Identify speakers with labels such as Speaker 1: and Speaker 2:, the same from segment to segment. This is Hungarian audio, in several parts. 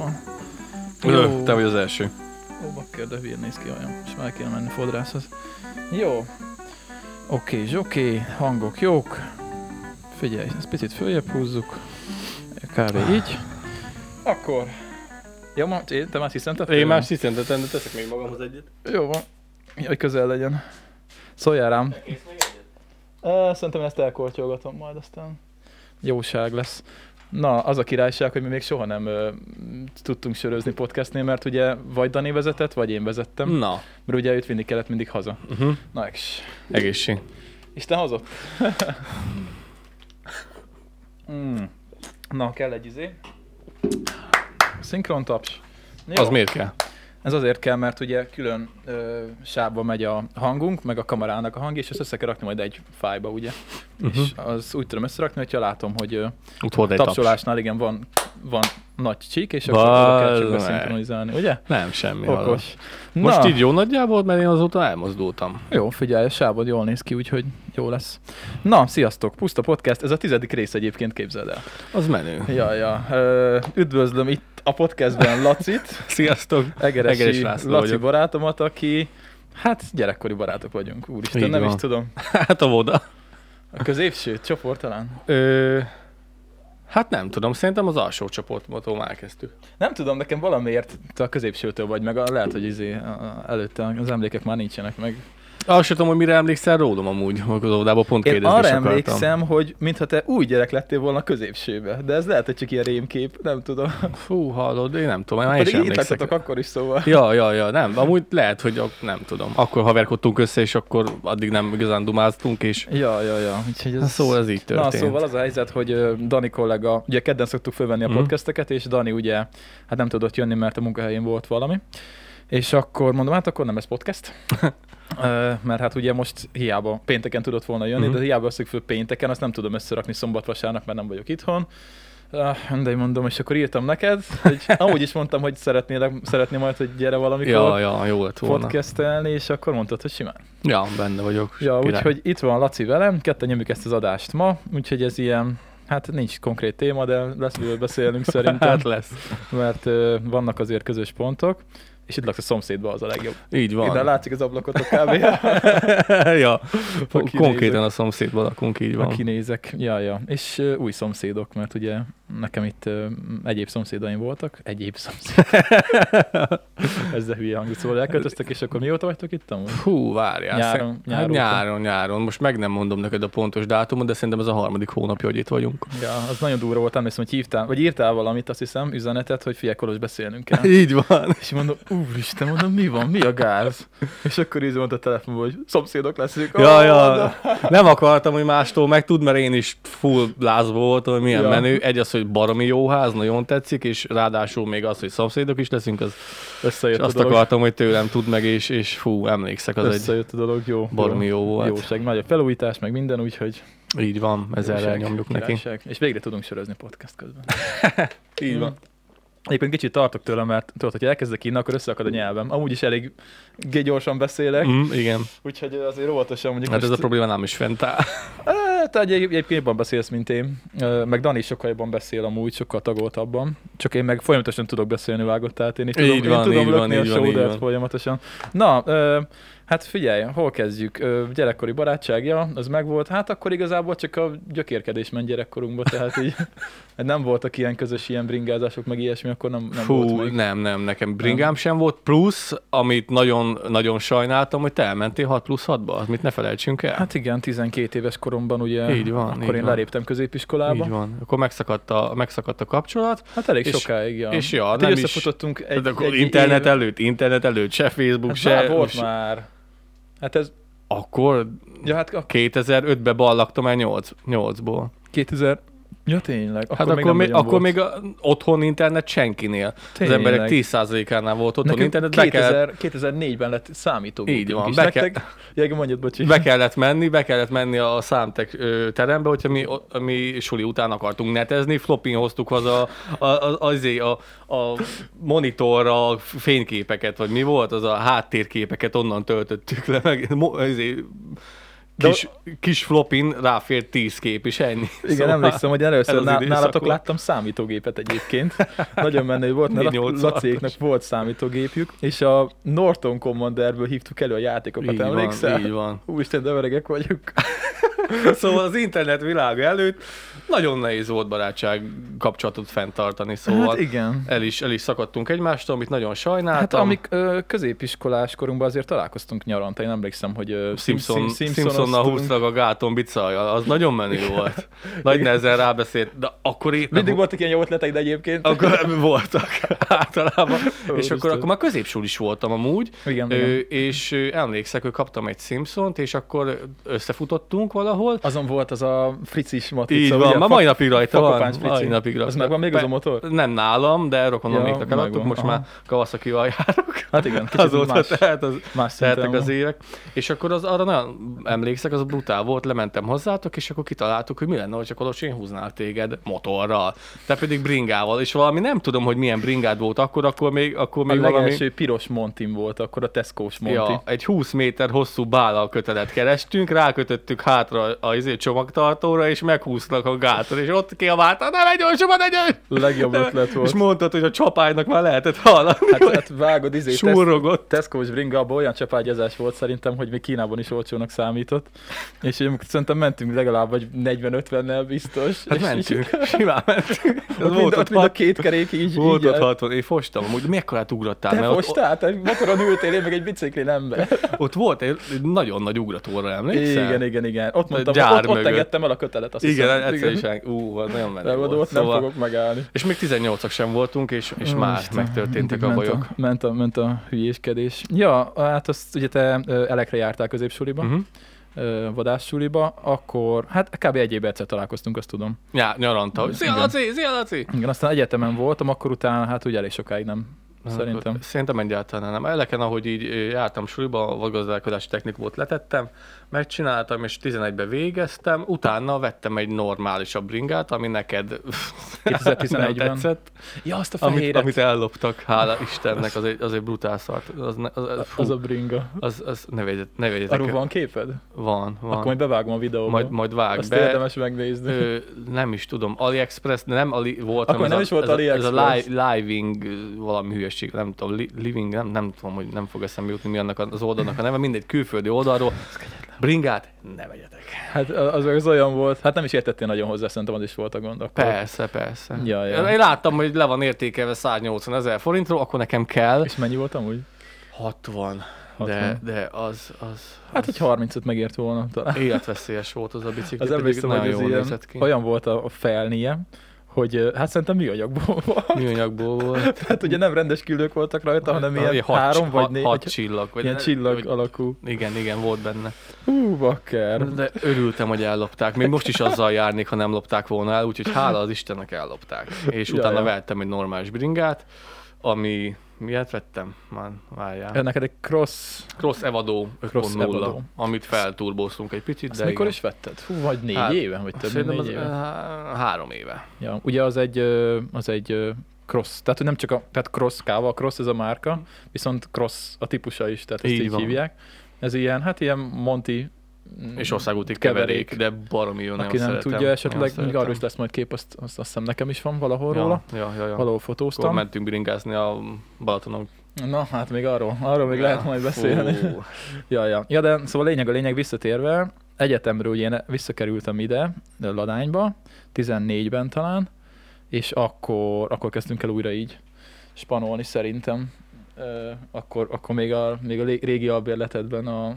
Speaker 1: van.
Speaker 2: Te vagy az első.
Speaker 1: Ó, bakker, de hülyén néz ki olyan. És már kéne menni fodrászhoz. Jó. Oké, hangok jók. Figyelj, ezt picit följebb húzzuk. Kb. Így. Akkor. Ja, te már sziszentettél?
Speaker 2: Én már sziszentettem, de teszek még magamhoz egyet.
Speaker 1: Jó van. Hogy közel legyen. Szóljál rám. Szerintem ezt elkortyolgatom majd, aztán jóság lesz. Na, az a királyság, hogy mi még soha nem tudtunk sörözni podcastnél, mert ugye vagy Dani vezetett, vagy én vezettem.
Speaker 2: Na.
Speaker 1: Mert ugye őt vinni kellett mindig haza. Na,
Speaker 2: Egészség.
Speaker 1: Isten hozott? Na, kell egy szinkron taps.
Speaker 2: Az miért kell?
Speaker 1: Ez azért kell, mert ugye külön sávba megy a hangunk, meg a kamerának a hang, és ezt össze kell rakni majd egy fájba, ugye? És az úgy tudom összerakni, hogyha látom, hogy tapsolásnál igen van nagy csík, és akkor kell csak beszinkronizálni, ugye?
Speaker 2: Nem, semmi.
Speaker 1: Okos.
Speaker 2: Most így jó nagyjából, mert én azóta elmozdultam.
Speaker 1: Jó, figyelj, a sávod jól néz ki, úgyhogy jó lesz. Na, sziasztok, Puszta Podcast, ez a 10. rész egyébként, képzeld el.
Speaker 2: Az menő.
Speaker 1: Ja. Üdvözlöm itt a podcastben Lacit.
Speaker 2: Sziasztok.
Speaker 1: Egeresi Laci barátomat, aki, hát gyerekkori barátok vagyunk, úristen, nem is tudom.
Speaker 2: Hát a voda.
Speaker 1: A középső csoport talán?
Speaker 2: Hát nem tudom, szerintem az alsó csoportból elkezdtük.
Speaker 1: Nem tudom, nekem valamiért te a középsőtől vagy, meg lehet, hogy előtte az emlékek már nincsenek meg.
Speaker 2: Azt sem tudom, hogy mire emlékszel rólam amúgy, az óvodában pont kérdezni
Speaker 1: arra emlékszem, hogy mintha te új gyerek lettél volna középsőbe, de ez lehet, hogy csak ilyen rémkép, nem tudom.
Speaker 2: Fú, hallod, én nem tudom, már
Speaker 1: pedig itt laktatok akkor is, szóval.
Speaker 2: Ja, nem, amúgy lehet, hogy nem tudom. Akkor haverkodtunk össze, és akkor addig nem igazán dumáztunk, és...
Speaker 1: Ja. Úgyhogy ez...
Speaker 2: Szóval ez így történt.
Speaker 1: Na, szóval az a helyzet, hogy Dani kollega, ugye kedden szoktuk fölvenni a podcasteket, és Dani ugye, hát nem tudott jönni, mert a munkahelyén volt valami. És akkor mondom, hát akkor nem ez podcast. Mert hát ugye most hiába pénteken tudott volna jönni, de hiába veszük föl pénteken, azt nem tudom összerakni szombat-vasárnap, mert nem vagyok itthon. De mondom, és akkor írtam neked, hogy amúgy is mondtam, hogy szeretném majd, hogy gyere valamikor
Speaker 2: jó lett volna
Speaker 1: podcastelni, és akkor mondtad, hogy simán.
Speaker 2: Ja, benne vagyok.
Speaker 1: Ja, úgyhogy itt van Laci velem, ketten nyomjuk ezt az adást ma, úgyhogy ez ilyen, hát nincs konkrét téma, de lesz miről beszélnünk szerintem.
Speaker 2: Hát lesz.
Speaker 1: Mert vannak azért közös pontok. És itt laksz a szomszédba, az a legjobb.
Speaker 2: Így van.
Speaker 1: Innen látszik az ablakotok kb.
Speaker 2: Ja, konkrétan a szomszédban lakunk, így van.
Speaker 1: Kinézek, ja. És új szomszédok, mert ugye nekem itt egyéb szomszédaim voltak. Ezzel hülye hangzik, szóval elköltöztek, és akkor mióta vagytok itt amúgy?
Speaker 2: Hú, várjál. Nyáron. Most meg nem mondom neked a pontos dátumot, de szerintem ez a 3. hónapja, hogy itt vagyunk.
Speaker 1: Ja, az nagyon durva volt, emlékszem, hogy hívtál, vagy írtál valamit, azt hiszem, üzenetet, hogy figyelj, Kolos, beszélnünk kell.
Speaker 2: Így van.
Speaker 1: És mondom, úristen, mondom, mi van, mi a gáz? És akkor így mondta a telefonból, hogy szomszédok leszünk.
Speaker 2: Ja. Nem akartam, hogy mástól megtud, mert én is full lázba voltam, hogy milyen menő. Egy az, hogy baromi jó ház, nagyon tetszik, és ráadásul még az, hogy szomszédok is leszünk, az összejött a dolog. Azt akartam, hogy tőlem tud meg, és fú, emlékszek, az
Speaker 1: összejött a dolog, jó.
Speaker 2: Baromi jó volt.
Speaker 1: Jóság, nagy a felújítás, meg minden, úgyhogy...
Speaker 2: Így van, ezzel nyomjuk neki.
Speaker 1: És végre tudunk sörözni podcast közben.
Speaker 2: Így van.
Speaker 1: Egyébként kicsit tartok tőle, mert tudod, hogy elkezdek inni, akkor összeakad a nyelvem. Amúgy is elég gyorsan beszélek.
Speaker 2: Igen.
Speaker 1: Úgyhogy azért óvatosan mondjuk.
Speaker 2: Hát ez a probléma nem is fent áll.
Speaker 1: Te egyébként jobban beszélsz, mint én. Meg Dani sokkal jobban beszél amúgy, sokkal tagoltabban. Csak én meg folyamatosan tudok beszélni, vágott, tehát én tudom lökni a shoulder-t folyamatosan. Na, hát figyelj, hol kezdjük? Gyerekkori barátságja, az megvolt. Hát akkor igazából csak a gyökérkedés ment gyerekkorunkba, tehát így nem voltak ilyen közös ilyen bringázások, meg ilyesmi, akkor nem volt meg.
Speaker 2: Nem, nekem bringám sem volt, plusz, amit nagyon sajnáltam, hogy te elmentél 6+6-ba, amit ne felejtsünk el.
Speaker 1: Hát igen, 12 éves koromban ugye,
Speaker 2: így van,
Speaker 1: akkor én leréptem középiskolába.
Speaker 2: Így van, akkor megszakadt a kapcsolat.
Speaker 1: Hát elég sokáig, ja.
Speaker 2: És ja,
Speaker 1: hát
Speaker 2: nem is.
Speaker 1: Összefutottunk egy
Speaker 2: internet előtt, se Facebook,
Speaker 1: hát
Speaker 2: se...
Speaker 1: volt már. Hát ez...
Speaker 2: Akkor?
Speaker 1: Ja, hát
Speaker 2: 2005-ben ballagtam el 8-ból.
Speaker 1: 2000... Ja, tényleg.
Speaker 2: Hát akkor még otthon internet senkinél. Tényleg. Az emberek 10%-ánál volt otthon internet.
Speaker 1: 2004-ben lett számítógép.
Speaker 2: Így van.
Speaker 1: Be
Speaker 2: kellett menni a számtek terembe, hogyha mi suli után akartunk netezni, flopin hoztuk haza a monitorra fényképeket, vagy mi volt, az a háttérképeket onnan töltöttük le, meg kis flopin ráfért 10 kép is, ennyi.
Speaker 1: Igen, szóval emlékszem, hogy először nálatok láttam számítógépet egyébként. Nagyon menő volt, mert Laciéknak volt számítógépjük, és a Norton Commanderből hívtuk elő a játékokat, emlékszel?
Speaker 2: Így van.
Speaker 1: Úristen, de öregek vagyunk.
Speaker 2: Szóval az internet világa előtt nagyon nehéz volt barátság kapcsolatot fenntartani, szóval
Speaker 1: hát igen.
Speaker 2: El is szakadtunk egymástól, amit nagyon sajnáltam.
Speaker 1: Hát amik középiskolás korunkban azért találkoztunk nyaranta, én emlékszem, hogy
Speaker 2: Simpsonnal húztak a gáton bicajjal, az nagyon menő volt. Nagy nehezen rábeszélt, de akkor itt...
Speaker 1: Mindig voltak ilyen jó ötletek, de egyébként...
Speaker 2: Akkor voltak általában. És akkor már középsúl is voltam amúgy,
Speaker 1: igen.
Speaker 2: És emlékszek, hogy kaptam egy Simpsont, és akkor összefutottunk valahol.
Speaker 1: Azon volt az a fricis matrica.
Speaker 2: Így van, már mai napig rajta van.
Speaker 1: Mai napig rajta. Az megvan még az a motor?
Speaker 2: Nem nálam, de rokonomnéknak eladtuk, most már Kawasaki-val járok.
Speaker 1: Hát igen, kicsit
Speaker 2: más teltek az évek. És akkor arra nagyon emlékszek, az brutál volt, lementem hozzátok, és akkor kitaláltuk, hogy mi lenne, hogyha Kolos én húznál téged motorral. Te pedig bringával, és valami nem tudom, hogy milyen bringád volt akkor még valami...
Speaker 1: A legelső piros Montim volt, akkor a Tesco-s Monti.
Speaker 2: Ja, egy 20 méter hosszú bállal kötelet kerestünk, rákötöttük hátra a csomagtartóra, és meghúztak a gáton, és ott kiabálta, ne legyen gyorsan,
Speaker 1: legjobb ötlet volt.
Speaker 2: És mondtad, hogy a csapálynak már lehetett hallani.
Speaker 1: Hát vágod,
Speaker 2: súrogott.
Speaker 1: Tesco-s bringa, abban olyan csapágyazás volt szerintem, hogy még Kínában is olcsónak számított. És szerintem mentünk legalább vagy 40-50-nel biztos.
Speaker 2: Hát mentünk, simán mentünk.
Speaker 1: Ott mind a két kerék így.
Speaker 2: Volt ott 60, én fostam, amúgy mekkorát ugrottál.
Speaker 1: Te fostál? Te motoron ültél, én meg egy biciklin ember.
Speaker 2: Ott volt egy nagyon nagy ugratóra, emlékszel?
Speaker 1: Igen. Ott mondtam, ott engedtem el a kötelet.
Speaker 2: Igen, egyszer is nagyon menő volt.
Speaker 1: Ott nem fogok megállni.
Speaker 2: És még 18-ak sem voltunk, és már megtörténtek a bajok.
Speaker 1: Ment a hülyéskedés. Ja, hát azt ugye te elekre jártál középsuliba. Vadássuliba, akkor hát kb. Egy évben egyszer találkoztunk, azt tudom.
Speaker 2: Ja, nyaranta. Szia Laci!
Speaker 1: Igen, aztán egyetemen voltam, akkor utána hát ugye elég sokáig nem. Szerintem.
Speaker 2: Szerintem egyáltalán nem. Eleken, ahogy így jártam suliba, a vadgazdálkodási technikumot letettem, megcsináltam, és 11-ben végeztem, utána vettem egy normálisabb bringát, ami neked
Speaker 1: 2011-ben
Speaker 2: tetszett.
Speaker 1: Ja, azt a fehéret.
Speaker 2: Amit elloptak, hála Istennek, az egy brutál szart.
Speaker 1: Az a bringa.
Speaker 2: Ne vegyetek.
Speaker 1: Arról van képed?
Speaker 2: Van.
Speaker 1: Akkor majd bevágom a videóba.
Speaker 2: Majd vágd
Speaker 1: azt
Speaker 2: be.
Speaker 1: Érdemes megnézni.
Speaker 2: Nem is tudom, AliExpress, de nem volt.
Speaker 1: Akkor nem is volt AliExpress.
Speaker 2: Ez a Living valami hülyeség, nem tudom, Living, nem tudom, hogy nem fog eszembe jutni, mi annak az oldalnak a neve, mindegy külföldi oldalról. Bringát ne vegyetek.
Speaker 1: Hát az olyan volt, hát nem is értettél nagyon hozzá, szerintem az is volt a gond. Akkor...
Speaker 2: Persze.
Speaker 1: Ja.
Speaker 2: Én láttam, hogy le van értékelve 180 000 forintról, akkor nekem kell.
Speaker 1: És mennyi volt amúgy?
Speaker 2: 60. De az...
Speaker 1: Hát, hogy 35 megért volna talán.
Speaker 2: Életveszélyes volt az a bicikli,
Speaker 1: az emlékszem, hogy ez ilyen, olyan volt a felnie, hogy hát szerintem műanyagból volt.
Speaker 2: Műanyagból volt.
Speaker 1: Hát ugye nem rendes küllők voltak rajta, hanem ilyen 3 vagy 4.
Speaker 2: 6 csillag. Vagy
Speaker 1: ilyen csillag alakú.
Speaker 2: Igen, volt benne.
Speaker 1: Bakker.
Speaker 2: De örültem, hogy ellopták. Még most is azzal járnék, ha nem lopták volna el, úgyhogy hála az Istennek ellopták. És utána vettem egy normális bringát, ami... Miért vettem? Már várjál.
Speaker 1: Neked egy Cross
Speaker 2: Evadó 5.0, amit felturbóztunk egy picit, de
Speaker 1: mikor is vetted? Vagy 4 éve? Vagy több mint 4 éve?
Speaker 2: 3 éve.
Speaker 1: Ja, ugye az egy Cross, tehát nem csak tehát Cross káva, a Cross ez a márka, viszont Cross a típusa is, tehát ezt így hívják. Ez ilyen Monti
Speaker 2: és országúti keverék, de baromi jó,
Speaker 1: aki nem tudja, esetleg még arról is lesz majd kép, azt hiszem nekem is van valahol róla.
Speaker 2: Ja.
Speaker 1: Valahol fotóztam.
Speaker 2: Akkor mentünk bringázni a Balatonon.
Speaker 1: Na, hát még arról még lehet majd beszélni. Ja, de szóval a lényeg visszatérve, egyetemről ugye én visszakerültem ide, Ladányba, 14-ben talán, és akkor kezdtünk el újra így spanolni szerintem. Akkor még a régi albérletedben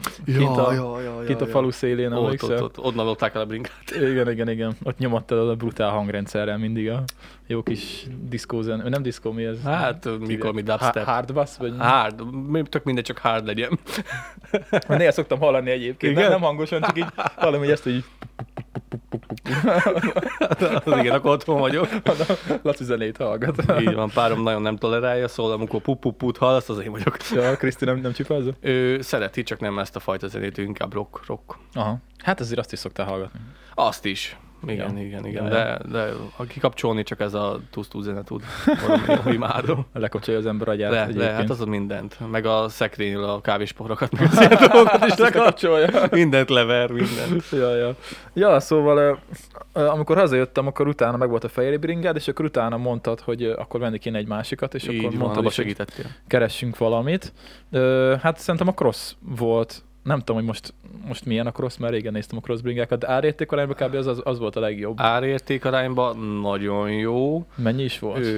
Speaker 1: kint a falu szélén, emlékszel?
Speaker 2: Onnan lopták el a bringát.
Speaker 1: Igen. Ott nyomottad a brutál hangrendszerrel mindig a jó kis diszkózen. Nem diszkó, mi ez?
Speaker 2: Hát, mikor mi dubstep.
Speaker 1: Hard bass? Vagy...
Speaker 2: Hard. Tök mindegy, csak hard legyen.
Speaker 1: Néha szoktam hallani egyébként. Nem hangosan, csak így hallom, hogy ezt így...
Speaker 2: Igen, akkor otthon vagyok.
Speaker 1: Laci zenét hallgat.
Speaker 2: Így van, párom nagyon nem tolerálja, szóval amikor put hallasz, az én vagyok.
Speaker 1: Ja, Kriszti nem csipázza?
Speaker 2: Ő szereti, csak nem ezt a fajta zenét, inkább rock.
Speaker 1: Aha. Hát azért azt is szoktál hallgatni.
Speaker 2: Azt is. Igen. De kikapcsolni csak ez a tusztú zene tud. Imádom.
Speaker 1: Lekapcsolja az ember agyát.
Speaker 2: De hát az mindent. Meg a szekrényről a kávésporokat, meg az ilyen dolgokat is lekapcsolja. Mindent lever, mindent.
Speaker 1: Ja, szóval amikor hazajöttem, akkor utána meg volt a fejéri bringád, és akkor utána mondtad, hogy akkor venni kéne egy másikat, és
Speaker 2: így
Speaker 1: akkor mondtad,
Speaker 2: hogy
Speaker 1: keressünk valamit. Hát szerintem a cross volt. Nem tudom, hogy most milyen a cross, mert régen néztem a cross bringákat, de árérték arányban kb. Az volt a legjobb.
Speaker 2: Árérték arányban nagyon jó.
Speaker 1: Mennyi is volt?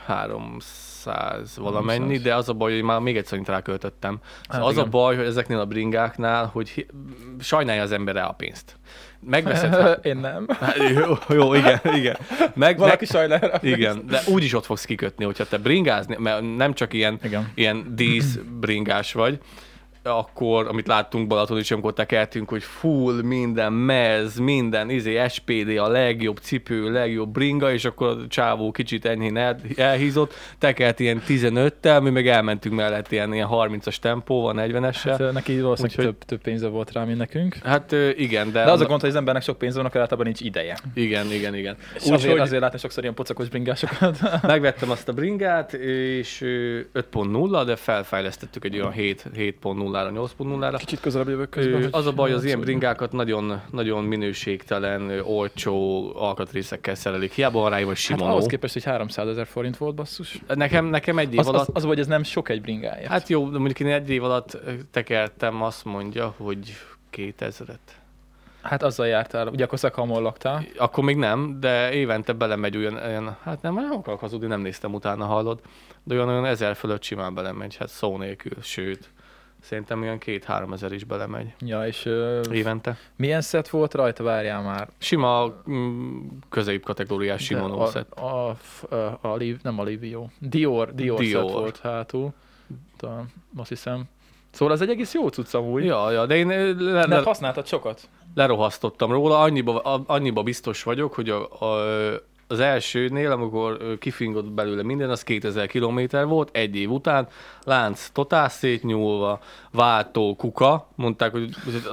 Speaker 2: 300 valamennyi, de az a baj, hogy már még egyszer ráköltöttem.
Speaker 1: Hát
Speaker 2: az a baj, hogy ezeknél a bringáknál, hogy sajnálja az ember rá a pénzt. Megveszed.
Speaker 1: Én nem.
Speaker 2: Jó, igen.
Speaker 1: Valaki sajnálja rá.
Speaker 2: Igen, de úgyis ott fogsz kikötni, hogyha te bringázni, mert nem csak ilyen dísz bringás vagy, akkor, amit láttunk Balaton is, amikor tekertünk, hogy full minden mez, minden SPD, a legjobb cipő, legjobb bringa, és akkor a csávó kicsit enyhén elhízott, tekert ilyen 15-tel, mi meg elmentünk mellett ilyen 30-as tempóval, 40-essel.
Speaker 1: Hát neki valószínűleg több pénze volt rá, mint nekünk.
Speaker 2: Hát igen, de
Speaker 1: az a gond, hogy az embernek sok pénze van, akkor általában nincs ideje.
Speaker 2: Igen.
Speaker 1: És azért látni sokszor ilyen pocakos bringásokat.
Speaker 2: Megvettem azt a bringát, és 5.0, de felfejlesztettük egy olyan 7.0-ra, 8.0-ra.
Speaker 1: Kicsit közelebb jövök közben.
Speaker 2: Az a baj, az ilyen bringákat nagyon, nagyon minőségtelen, olcsó alkatrészekkel szerelik. Hiába van rájuk, vagy Shimano.
Speaker 1: Hát ahhoz képest, hogy 300 000 forint volt, basszus.
Speaker 2: Nekem egy év alatt...
Speaker 1: Az hogy ez nem sok egy bringáért.
Speaker 2: Hát jó, de mondjuk én egy év alatt tekertem, azt mondja, hogy 2000-et.
Speaker 1: Hát azzal jártál, ugye akkor Szekhamon laktál.
Speaker 2: Akkor még nem, de évente belemegy olyan hát nem akarok hazudni, nem néztem utána, hallod, de olyan 1000 fölött simán belemegy, hát szó nélkül, sőt. Szerintem olyan 2-3 ezer is belemegy.
Speaker 1: Ja, és
Speaker 2: évente.
Speaker 1: Milyen szett volt rajta, várjál már?
Speaker 2: Sima középkategóriás Shimano szett.
Speaker 1: Nem Alivio. Dior szett volt hátul. Azt hiszem. Szóval ez egy egész jó cucc amúgy.
Speaker 2: Ja, de én
Speaker 1: használtad sokat?
Speaker 2: Lerohasztottam róla, annyiba biztos vagyok, hogy az elsőnél, amikor kifingott belőle minden, az 2000 kilométer volt, egy év után, lánc totál szétnyúlva, váltó, kuka, mondták, hogy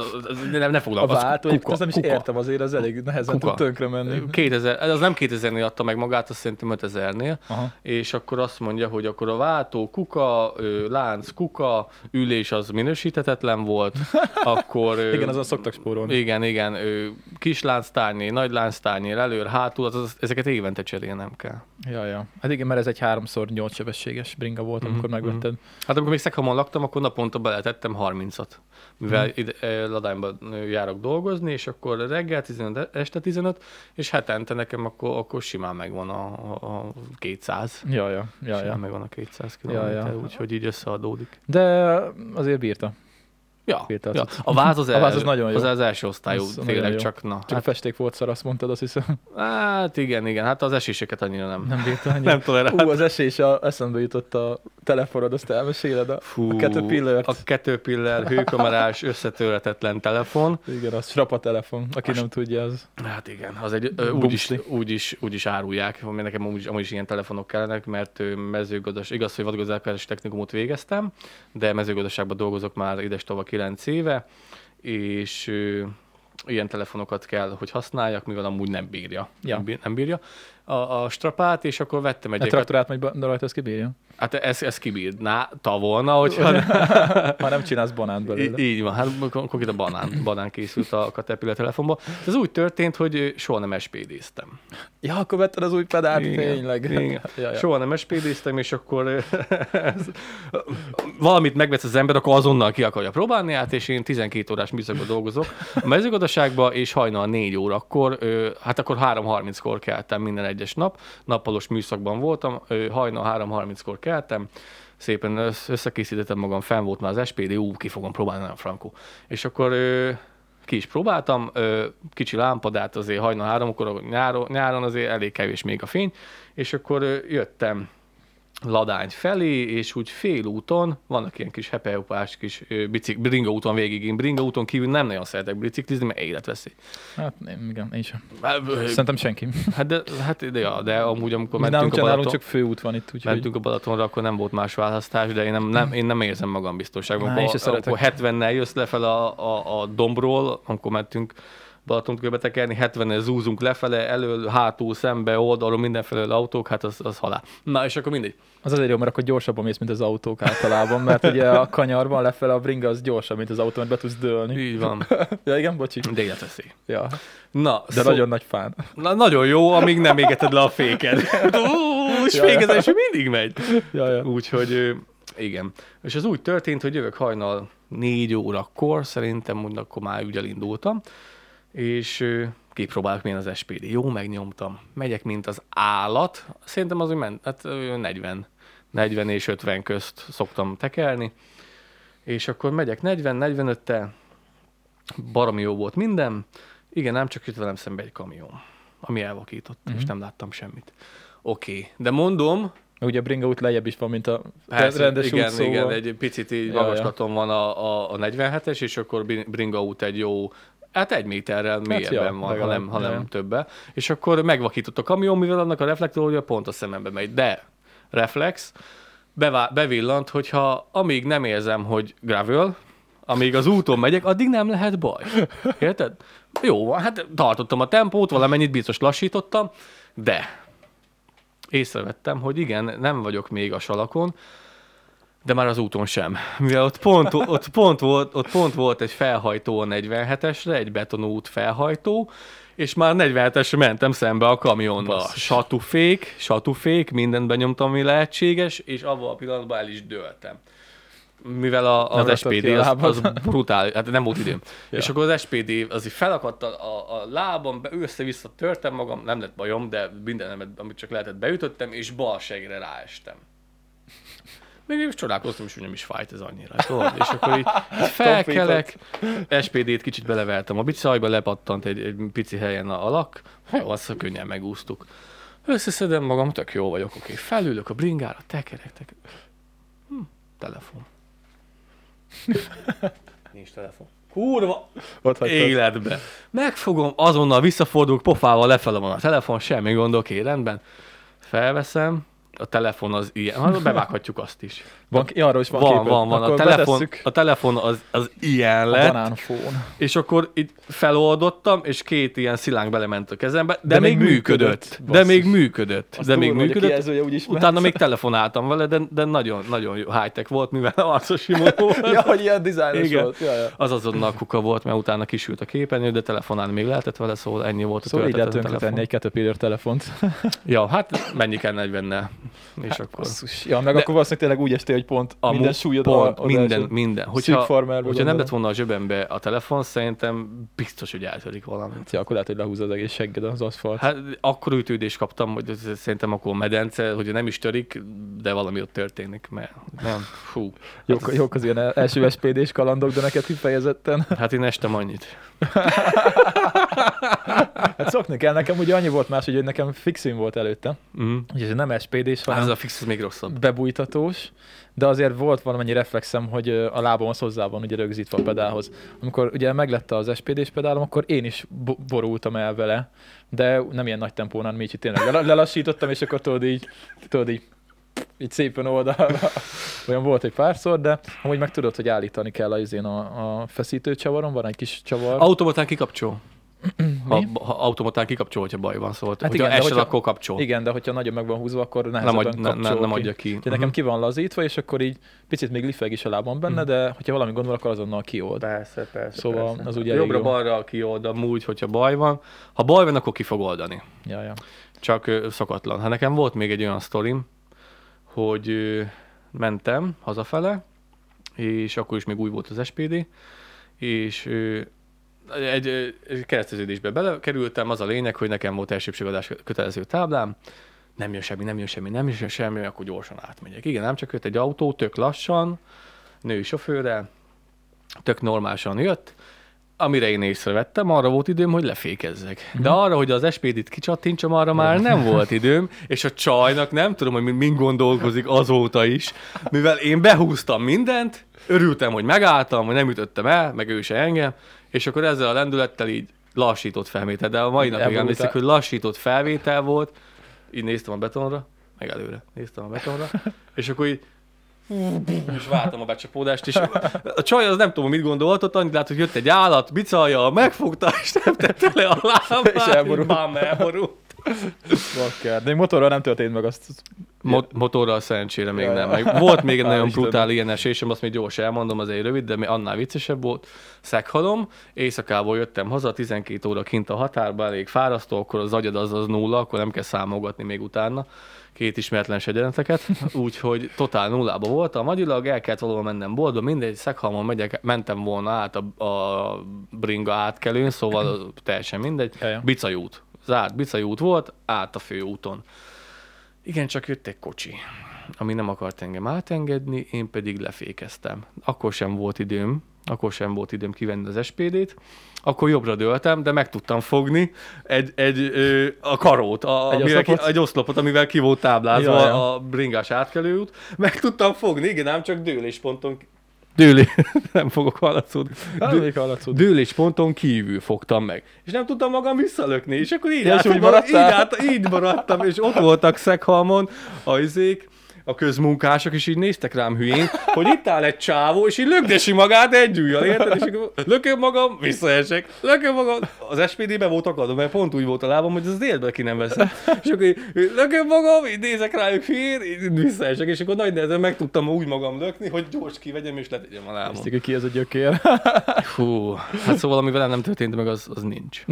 Speaker 2: ne foglalkozz.
Speaker 1: A váltó, az nem is értem, azért az elég nehezen tud tönkre menni.
Speaker 2: 2000, az nem 2000-nél adta meg magát, azt szerintem 5000-nél, és akkor azt mondja, hogy akkor a váltó, kuka, lánc, kuka, ülés az minősíthetetlen volt, akkor...
Speaker 1: Igen, azon szoktak spórolni.
Speaker 2: Igen, kis lánctárnyér, nagy lánctárnyér, előr, hátul, ezeket évente cserélnem kell.
Speaker 1: Ja. Hát igen, mert ez egy 3x8 sebességes bringa volt, amikor megvetted.
Speaker 2: Hát amikor még Szekhamon laktam, akkor naponta beletettem 30-at. Mivel Ladányban járok dolgozni, és akkor reggel 15, este 15, és hetente nekem akkor simán megvan a 200.
Speaker 1: Ja.
Speaker 2: Simán megvan a 200 kilométer, úgyhogy így összeadódik.
Speaker 1: De azért bírta.
Speaker 2: Ja. A váz az
Speaker 1: nagyon jó.
Speaker 2: Az első osztályú, tényleg csak
Speaker 1: Csak a festék volt szar, azt mondtad, azt hiszem.
Speaker 2: Hát igen. Hát az eséseket annyira nem
Speaker 1: bírta annyira.
Speaker 2: Nem tolerált.
Speaker 1: Az esés, eszembe jutott a telefonod, azt elmeséled, a Caterpillar-t.
Speaker 2: A Caterpillar hőkamerás összetörhetetlen telefon.
Speaker 1: Igen, az Strapa telefon, aki nem tudja, az.
Speaker 2: Hát igen, az egy úgy is árulják, nekem amúgy is ilyen telefonok kellenek, mert mezőgazdaság, igaz, hogy vadgazdálkodási technikumot végeztem, de mezőgazdaságban dolgozok már idestova 9 éve, és ilyen telefonokat kell, hogy használjak, mivel amúgy nem bírja.
Speaker 1: Ja.
Speaker 2: Nem bírja a strapát, és akkor vettem egyet.
Speaker 1: A traktorát megy rajta, ez kibírja?
Speaker 2: Hát ez kibírná volna, hogyha...
Speaker 1: Ha nem csinálsz banánt belőle.
Speaker 2: Így van, hát konkrét a banán készült a Caterpillar telefonba. Ez úgy történt, hogy soha nem SPD-ztem.
Speaker 1: Ja, akkor vetted az új pedált, tényleg.
Speaker 2: Igen. Ja. Soha nem SPD-ztem, és akkor valamit megvesz az ember, akkor azonnal ki akarja próbálni át, és én 12 órás műszakban dolgozok a mezőgazdaságban, és hajnal 4 órakor, hát akkor 3:30-kor keltem minden egyes nap, nappalos műszakban voltam, hajnal 3:30-kor keltem, szépen összekészítettem magam, fenn volt már az SPD, ki fogom próbálni, nem frankó. És akkor ki is próbáltam, kicsi lámpadát azért hajnal 3-kor, nyáron azért elég kevés még a fény, és akkor jöttem Ladány felé, és úgy félúton, vannak ilyen kis hepeupás kis bringa úton végig. Én bringa úton kívül nem nagyon szeretek biciklizni, mert életveszély.
Speaker 1: Hát igen, én sem. Szerintem senki.
Speaker 2: De amúgy, amikor
Speaker 1: mentünk a Balaton, csak főút van itt. Úgyhogy...
Speaker 2: Mentünk a Balatonra, akkor nem volt más választás, de én nem érzem magam biztonságban. Amikor 70-nel jössz lefelé a dombról, amikor mentünk Balatont körbe tekerni, 70-nel zúzunk lefele, elől, hátul, szembe, oldalról, mindenfelől autók, hát az halál. Na, és akkor mindegy.
Speaker 1: Az azért jó, mert akkor gyorsabban mész, mint az autók általában, mert ugye a kanyarban lefele a bringa az gyorsabb, mint az autó, mert be tudsz dőlni.
Speaker 2: Így van.
Speaker 1: Ja, igen, bocsi.
Speaker 2: De életveszély.
Speaker 1: Ja.
Speaker 2: Na,
Speaker 1: de nagyon nagy fán.
Speaker 2: Na, nagyon jó, amíg nem égeted le a féked. És fékezés mindig megy.
Speaker 1: Ja.
Speaker 2: Úgyhogy igen. És ez úgy történt, hogy jövök hajnal 4 órakor, szerintem úgy akkor már úgy elindultam, és kipróbálok milyen az SPD. Jó, megnyomtam. Megyek, mint az állat. Szerintem az úgy ment, hát 40 és 50 közt szoktam tekerni. És akkor megyek 40-45-tel, baromi jó volt minden. Igen, nem csak jött velem szembe egy kamion, ami elvakított, és nem láttam semmit. Oké, de mondom...
Speaker 1: Ugye a bringa út lejjebb is van, mint a
Speaker 2: rendes út, szóval. Igen, egy picit így magaslaton van a 47-es, és akkor bringa út egy jó, hát 1 méterrel mélyebben van, ha nem többe. És akkor megvakított a kamion, mivel annak a reflektorja pont a szemembe megy. De reflex, bevillant, hogyha amíg nem érzem, hogy gravel, amíg az úton megyek, addig nem lehet baj. Érted? Jó van, hát tartottam a tempót, valamennyit biztos lassítottam, de észrevettem, hogy igen, nem vagyok még a salakon, de már az úton sem. Mivel ott pont volt egy felhajtó a 47-esre, egy betonút felhajtó, és már 47-esre mentem szembe a kamionnal. Satufék, mindent benyomtam, ami lehetséges, és abban a pillanatban el is dőltem. Mivel az SPD az brutál, hát nem volt időm. Ja. És akkor az SPD az így felakadt a lábam, össze-vissza törtem magam, nem lett bajom, de mindenemet, amit csak lehetett, beütöttem, és bal segre ráestem. Még is csodálkoztam, és nem is fájt ez annyira. Tudod? És akkor így felkelek, SPD-t kicsit belevertem a bicajba, lepattant egy pici helyen a lak, jó, azt könnyen megúsztuk. Összeszedem magam, tök jó vagyok, oké. Felülök a bringára, tekerek. Telefon. Nincs telefon. Kurva! Életbe. Megfogom, azonnal visszafordulok, pofával lefele van a telefon, semmi gond, oké, rendben. Felveszem, a telefon az ilyen, bevághatjuk azt is.
Speaker 1: Arra is van.
Speaker 2: A telefon az ilyen lett.
Speaker 1: A banánfón.
Speaker 2: És akkor így feloldottam, és 2 ilyen szilánk belement a kezembe, de még működött. De még működött. Utána még telefonáltam vele, de nagyon, nagyon jó high-tech volt, mivel arcos imó volt.
Speaker 1: Ja, hogy ilyen dizájnos volt. Ja.
Speaker 2: Az azonnal kuka volt, mert utána kisült a képernyő, de telefonálni még lehetett vele, szóval ennyi volt a
Speaker 1: szóval így lehet tönkretenni egy Caterpillar telefont.
Speaker 2: Ja, hát mennyi kell 40-nel. És akkor...
Speaker 1: Ja, meg akkor valószínűleg tényleg úgy estél, hogy pont minden súlyod
Speaker 2: minden. Hogyha nem lett volna a zsebembe a telefon, szerintem biztos, hogy eltörik valamit.
Speaker 1: Ja, akkor lehet, hogy lehúz az egész segged az aszfalt.
Speaker 2: Hát akkor ütődést kaptam, hogy szerintem akkor medence, hogy nem is törik, de valami ott történik, mert nem, fú.
Speaker 1: Jók az ilyen első SPD-s kalandok, de neked kifejezetten.
Speaker 2: Hát én estem annyit.
Speaker 1: Hát szokni kell, nekem ugye annyi volt más, hogy nekem fixim volt előtte. Úgyhogy ez nem SPD-s, hanem
Speaker 2: ez a fix még rosszabb.
Speaker 1: Bebújtatós, de azért volt valamennyi reflexem, hogy a lábam az hozzá van ugye rögzítve a pedálhoz. Amikor ugye meglett az SPD-s pedálom, akkor én is borultam el vele, de nem ilyen nagy tempónál, mi így tényleg lelassítottam, és akkor tudod így szépen oldalra. Olyan volt egy párszor, de amúgy meg tudod, hogy állítani kell a feszítőcsavaron, van egy kis csavar.
Speaker 2: Automatán kikapcsol. Ha automatán kikapcsol, hogyha baj van, szóval. Hát hogyha esel, akkor kapcsol.
Speaker 1: Igen, de hogyha nagyon meg van húzva, akkor nehezebben kapcsol
Speaker 2: nem adja ki.
Speaker 1: Nekem ki van lazítva, és akkor így picit még lifeg is a lábam benne, de hogyha valami gond van, akkor azonnal kiold.
Speaker 2: Persze.
Speaker 1: Szóval az ugye
Speaker 2: jobbra-balra kiold, amúgy, hogyha baj van. Ha baj van, akkor ki fog oldani.
Speaker 1: Ja.
Speaker 2: Csak szokatlan. Hát nekem volt még egy olyan sztorim, hogy mentem hazafele, és akkor is még új volt az SPD, és egy kereszteződésbe belekerültem, az a lényeg, hogy nekem volt elsőbségadás kötelező táblám, nem jön semmi, akkor gyorsan átmegyek. Igen, nem csak jött egy autó, tök lassan, női sofőrrel, tök normálisan jött, amire én észrevettem, arra volt időm, hogy lefékezzek. De arra, hogy az SPD-t kicsattintsam, arra már nem volt időm, és a csajnak nem tudom, hogy mind gondolkozik azóta is, mivel én behúztam mindent, örültem, hogy megálltam, hogy nem ütöttem el, meg ő se engem, és akkor ezzel a lendülettel így lassított felvétel, de a mai napig emlékszik, hogy lassított felvétel volt, így néztem a betonra, meg előre néztem a betonra, és akkor így és vártam a becsapódást, és a csaj az nem tudom, mit gondoltott, annyit lát, hogy jött egy állat, bicajja, megfogta, és nem tette le a lábát, és elborult.
Speaker 1: Bakker. De még motorral nem történt meg azt.
Speaker 2: Motorral szerencsére még nem. Meg volt még egy nagyon brutál ilyen esésem, azt még gyors elmondom, az egy rövid, de annál viccesebb volt. Szeghalom, éjszakából jöttem haza, 12 óra kint a határban, elég fárasztó, akkor az agyad az nulla, akkor nem kell számolgatni még utána. 2 ismeretlen egyenleteket, úgyhogy totál nullába voltam. Agyilag el kellett valahol mennem boltba, mindegy, Szeghalmon mentem volna át a bringa átkelőn, szóval teljesen mindegy. Bicai út. Zárt Bicai út volt, át a főúton. Igen, csak jött egy kocsi, ami nem akart engem átengedni, én pedig lefékeztem. Akkor sem volt időm kivenni az SPD-t, akkor jobbra dőltem, de meg tudtam fogni a karót, egy oszlopot, amivel ki volt táblázva a bringás átkelőút. Meg tudtam fogni, igen, ám csak dőlésponton nem fogok hallatszódni. Dőlésponton kívül fogtam meg. És nem tudtam magam visszalökni, és akkor így maradtam, és ott voltak Szeghalmon a közmunkások, is így néztek rám hülyén, hogy itt áll egy csávó, és így lögdesi magát egy ujjal, érted? És akkor lököm magam, visszaesek, lököm magam. Az SPD-ben volt akadva, mert pont úgy volt a lábam, hogy az életben ki nem veszem. És akkor így lököm magam, így nézek rájuk hülyén, így visszaesek, és akkor nagy nehezen meg tudtam úgy magam lökni, hogy gyors kivegyem, és letegyem a lábam.
Speaker 1: Ezt ki ez a gyökér?
Speaker 2: Hú, hát szóval ami velem nem történt meg, az nincs.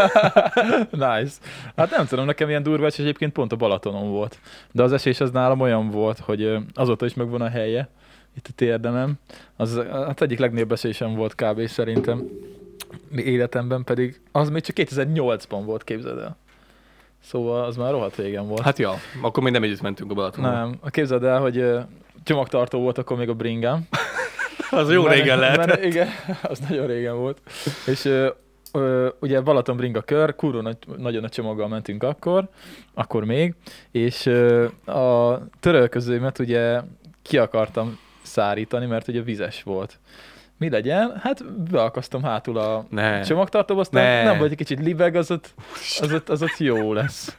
Speaker 1: Nice. Hát nem tudom, nekem ilyen durva, és egyébként pont a Balatonon volt. De az esés az nálam olyan volt, hogy azóta is megvan a helye, itt a térdemem. Az egyik legnagyobb esésem volt kb. Szerintem életemben, pedig az még csak 2008-ban volt, képzeld el. Szóval az már rohadt régen volt.
Speaker 2: Hát ja, akkor még nem együtt mentünk a Balatonon.
Speaker 1: Nem, képzeld el, hogy csomagtartó volt akkor még a bringám.
Speaker 2: Az jó régen lehet.
Speaker 1: Igen, az nagyon régen volt. És ugye Balaton bringa kör, kurva nagyon nagy csomaggal mentünk akkor még, és a törölközőmet ugye ki akartam szárítani, mert ugye vizes volt. Mi legyen? Hát beakasztom hátul a csomagtartóba, aztán nem vagy egy kicsit libeg, az ott jó lesz.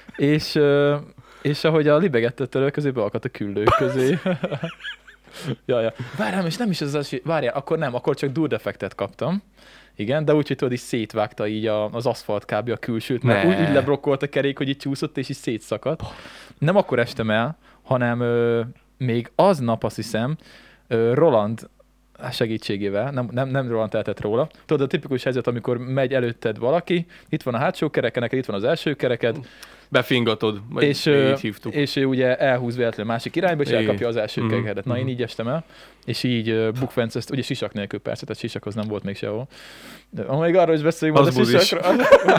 Speaker 1: És ahogy a libegett törölköző, beakadt a küllők közé. Jaj. Várjál, és nem is az esély. Várjál, akkor csak durdefektet kaptam. Igen, de úgy, hogy tudod, is szétvágta így az aszfalt kb. A külsőt, mert úgy lebrokkolt a kerék, hogy így csúszott, és így szétszakadt. Nem akkor estem el, hanem még aznap, azt hiszem, Roland segítségével, nem Roland tehetett róla. Tudod, a tipikus helyzet, amikor megy előtted valaki, itt van a hátsó kereke, neked itt van az első kereked,
Speaker 2: befingatod,
Speaker 1: és ő ugye elhúz véletlenül a másik irányba, és elkapja az első kerekedet. Na, én így estem el, és így bukfencezt, ugye sisak nélkül persze, tehát sisakhoz nem volt még sehol. Még arról is beszéljünk,
Speaker 2: az a sisakra.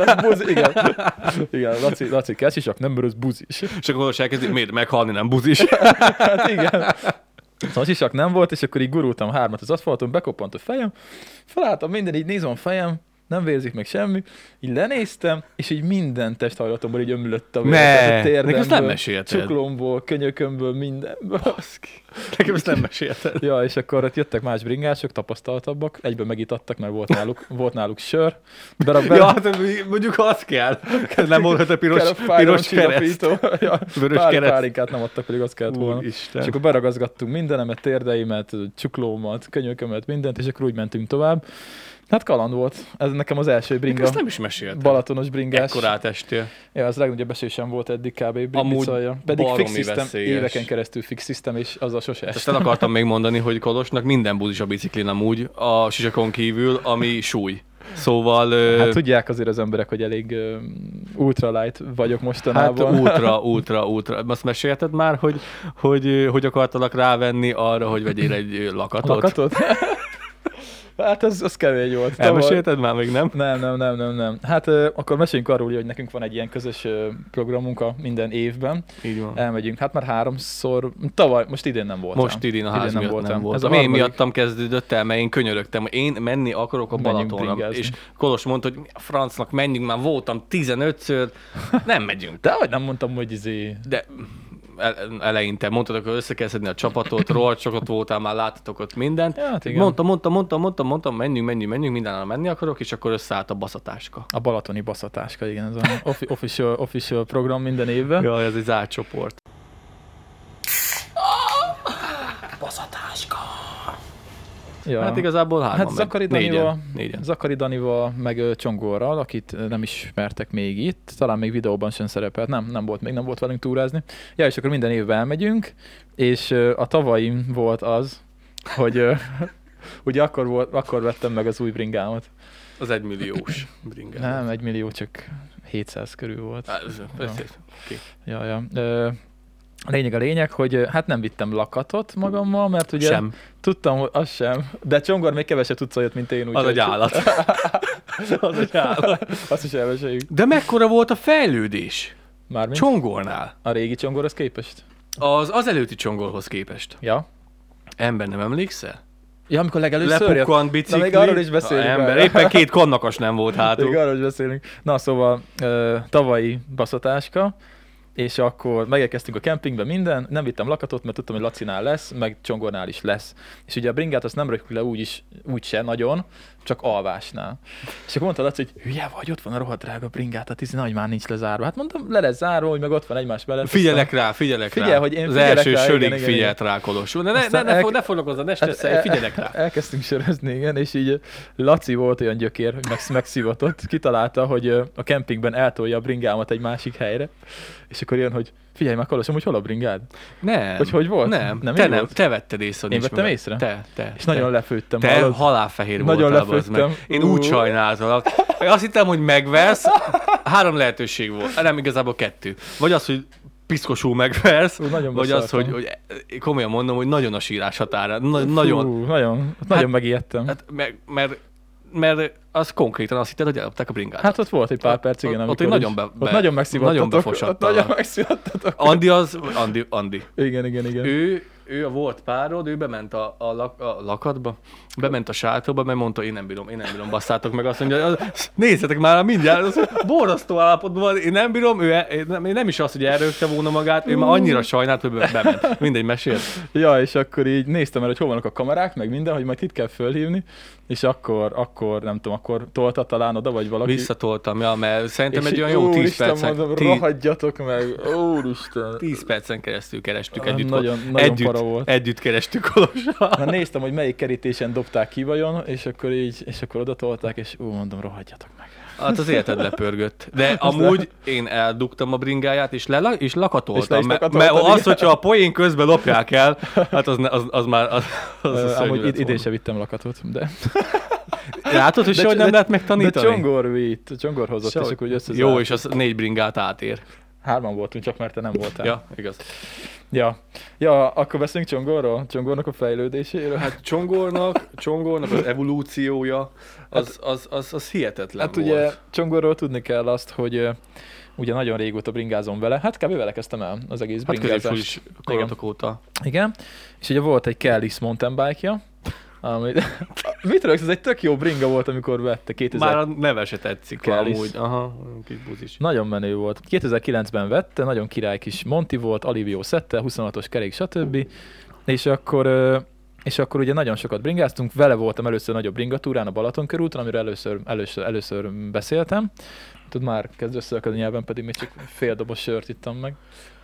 Speaker 1: Igen, Laci, kell sisak, nem, mert az buzis.
Speaker 2: És akkor most elkezdik, miért meghalni, nem buzis?
Speaker 1: Hát igen. Szóval sisak nem volt, és akkor így gurultam 3 az aszfalton, bekoppant a fejem, felálltam minden, így nézem a fejem, nem vérzik meg semmi, így lenéztem, és így minden testhajlatomból így ömlött a vér, a térdemből, csuklomból, könyökömből, mindenből.
Speaker 2: Nekem ezt nem mesélted.
Speaker 1: Ja, és akkor ott jöttek más bringások, tapasztaltabbak, egyben megitattak, mert volt náluk sör.
Speaker 2: Ja, hát mondjuk az kell. Nem volt a piros kereszt.
Speaker 1: Vörös pálinkát nem adtak, pedig azt kellett volna. És akkor beragazgattunk mindenemet, térdeimet, csuklómat, könyökömet, mindent, és akkor úgy mentünk tovább. Hát kaland volt. Ez nekem az első bringa.
Speaker 2: Ezt nem is meséltem.
Speaker 1: Balatonos bringás.
Speaker 2: Ekkorát estél.
Speaker 1: Ja, az legnagyobb esésem volt eddig kb. Bicajja. Pedig fix system, éveken keresztül fix system, és azzal sose estem.
Speaker 2: Ezt el akartam még mondani, hogy Kolosnak minden buzis a biciklin amúgy, a sisakon kívül, ami súly. Szóval...
Speaker 1: Hát tudják azért az emberek, hogy elég ultralight vagyok mostanában.
Speaker 2: Hát ultra. Azt mesélted már, hogy akartalak rávenni arra, hogy vegyél egy lakatot?
Speaker 1: Lakatot? Hát az kemény volt.
Speaker 2: Elmesélted már még, nem?
Speaker 1: Nem. Hát akkor meséljünk arról, hogy nekünk van egy ilyen közös programunk minden évben.
Speaker 2: Így van.
Speaker 1: Elmegyünk. Hát már 3-szor, tavaly, most idén nem voltam.
Speaker 2: Most idén a ház miatt nem voltam. Én miattam kezdődött el, mert én könyörögtem. Én menni akarok a Balatonra. És Kolos mondta, hogy a francnak menjünk, már voltam 15-ször. Nem megyünk.
Speaker 1: De hogy nem mondtam, hogy
Speaker 2: De... eleinte mondtad, hogy össze kell szedni a csapatot, rohadt sokat voltál, már láttatok ott mindent. Ja, hát mondtam, menjünk, mindennel menni akarok, és akkor összeállt a baszatáska.
Speaker 1: A balatoni baszatáska, igen, ez az official program minden évben.
Speaker 2: Ja, ez egy zárt csoport.
Speaker 1: Ja.
Speaker 2: Hát igazából 3-an.
Speaker 1: Hát Zakari
Speaker 2: Danival,
Speaker 1: Zakari Danival, meg Csongorral, akit nem ismertek még itt, talán még videóban sem szerepelt, nem volt velünk túrázni. Ja, és akkor minden évben elmegyünk, és a tavaim volt az, hogy ugye akkor vettem meg az új bringámat.
Speaker 2: Az 1 milliós bringát.
Speaker 1: Nem, 1 millió, csak 700 körül volt.
Speaker 2: Okay.
Speaker 1: Ja. A lényeg, hogy hát nem vittem lakatot magammal, mert ugye tudtam, hogy az sem, de Csongor még keveset tudsz olyat, mint én.
Speaker 2: Az egy állat. Az egy állat.
Speaker 1: Azt is elmeséljük.
Speaker 2: De mekkora volt a fejlődés?
Speaker 1: Mármint?
Speaker 2: Csongornál.
Speaker 1: A régi Csongorhoz képest?
Speaker 2: Az előtti Csongorhoz képest.
Speaker 1: Ja.
Speaker 2: Ember, nem emlékszel?
Speaker 1: Ja, amikor legelőször
Speaker 2: lepukkant bicikli.
Speaker 1: Na, még arról is beszélünk.
Speaker 2: Ember, éppen 2 kannakas nem volt hátul.
Speaker 1: Még arról is beszélünk. Na, szóval tavalyi baszatáska, és akkor megérkeztünk a kempingbe minden, nem vittem lakatot, mert tudtam, hogy Lacinál lesz, meg Csongornál is lesz. És ugye a bringát azt nem rakjuk le úgyse nagyon, csak alvásnál. És akkor mondta Laci, hogy hülye vagy, ott van a rohadt drága bringát, hát nagy már nincs lezárva. Hát mondtam, le lesz zárva, hogy meg ott van egymás mellett.
Speaker 2: Figyelek rá.
Speaker 1: Figyelj, hogy én
Speaker 2: az első sörig figyelt rá Kolos. Ne foglalkozzad, ne stresszelj, figyelek rá.
Speaker 1: Elkezdtünk sörözni, igen, és így Laci volt olyan gyökér, hogy megszivatott, kitalálta, hogy a kempingben eltolja a bringámat egy másik helyre. És akkor jön, hogy figyelj már, Kolos, hogy hol a bringád?
Speaker 2: Nem.
Speaker 1: Hogy volt?
Speaker 2: Nem, te vetted észre.
Speaker 1: Én vettem észre?
Speaker 2: Te.
Speaker 1: És nagyon lefőttem.
Speaker 2: Te halálfehér voltál, az meg. Én úgy sajnáltalak. Azt hittem, hogy megversz. 3 lehetőség volt. Nem, igazából 2. Vagy az, hogy piszkosul megversz, vagy az, hogy komolyan mondom, hogy nagyon a sírás határa.
Speaker 1: Nagyon megijedtem.
Speaker 2: Hát, mert az konkrétan azt hitted, hogy eladták a bringát.
Speaker 1: Hát ott volt egy pár perc, igen,
Speaker 2: amikor ott nagyon
Speaker 1: megszívadtatok.
Speaker 2: Andi.
Speaker 1: Igen.
Speaker 2: Ő a volt párod, ő bement a lakatba, bement a sátorba, mert mondta, én nem bírom, basszátok meg, azt mondja, nézzetek már mindjárt, az borzasztó állapotban van, én nem bírom, ő nem is az, hogy elrögte volna magát, ő már annyira sajnált, hogy bement. Mindegy, mesél.
Speaker 1: Ja, és akkor így néztem el, hogy hol vannak a kamerák, meg minden, hogy majd itt kell fölhívni, és akkor nem tudom, akkor tolta talán oda, vagy valaki.
Speaker 2: Visszatoltam, ja, mert szerintem egy olyan jó 10 percen.
Speaker 1: Mondom, rohadjatok meg, úristen.
Speaker 2: 10 percen keresztül kerestük együtt.
Speaker 1: Nagyon para volt.
Speaker 2: Együtt kerestük Kolossal.
Speaker 1: Na, néztem, hogy melyik kerítésen dobták ki vajon, és akkor oda tolták, és mondom, rohadjatok meg.
Speaker 2: Hát az életed lepörgött. De amúgy én eldugtam a bringáját, és lakatoltam. Mert az, hogyha a poén közben lopják el, hát az már...
Speaker 1: Amúgy idén se vittem lakatot, de...
Speaker 2: Látod, hogy sehogy nem lehet megtanítani?
Speaker 1: De Csongor hozott, és akkor összezárt.
Speaker 2: Jó, és az 4 bringát átér.
Speaker 1: 3 voltunk, csak mert te nem voltál.
Speaker 2: Ja, igaz.
Speaker 1: Ja, akkor beszélünk Csongorról? Csongornak a fejlődéséről?
Speaker 2: Hát Csongornak az evolúciója, az hihetetlen
Speaker 1: hát
Speaker 2: volt.
Speaker 1: ugye Csongorról tudni kell azt, hogy ugye nagyon régóta bringázom vele, hát kb. Vele kezdtem el az egész bringázást.
Speaker 2: Hát is korotok óta.
Speaker 1: Igen, és ugye volt egy Kellis mountain bike-ja, mit rögsz, ez egy tök jó bringa volt, amikor vette 2000...
Speaker 2: Már a neve se tetszik amúgy. Aha, kis buzis.
Speaker 1: Nagyon menő volt. 2009-ben vette, nagyon király kis Monti volt, Alivio szette, 26-os kerék, stb. És akkor ugye nagyon sokat bringáztunk, vele voltam először nagyobb bringatúrán a Balaton-körúton, amiről először beszéltem. Tud már kezd összeakadni nyelven, pedig még csak fél doboz sört ittam meg.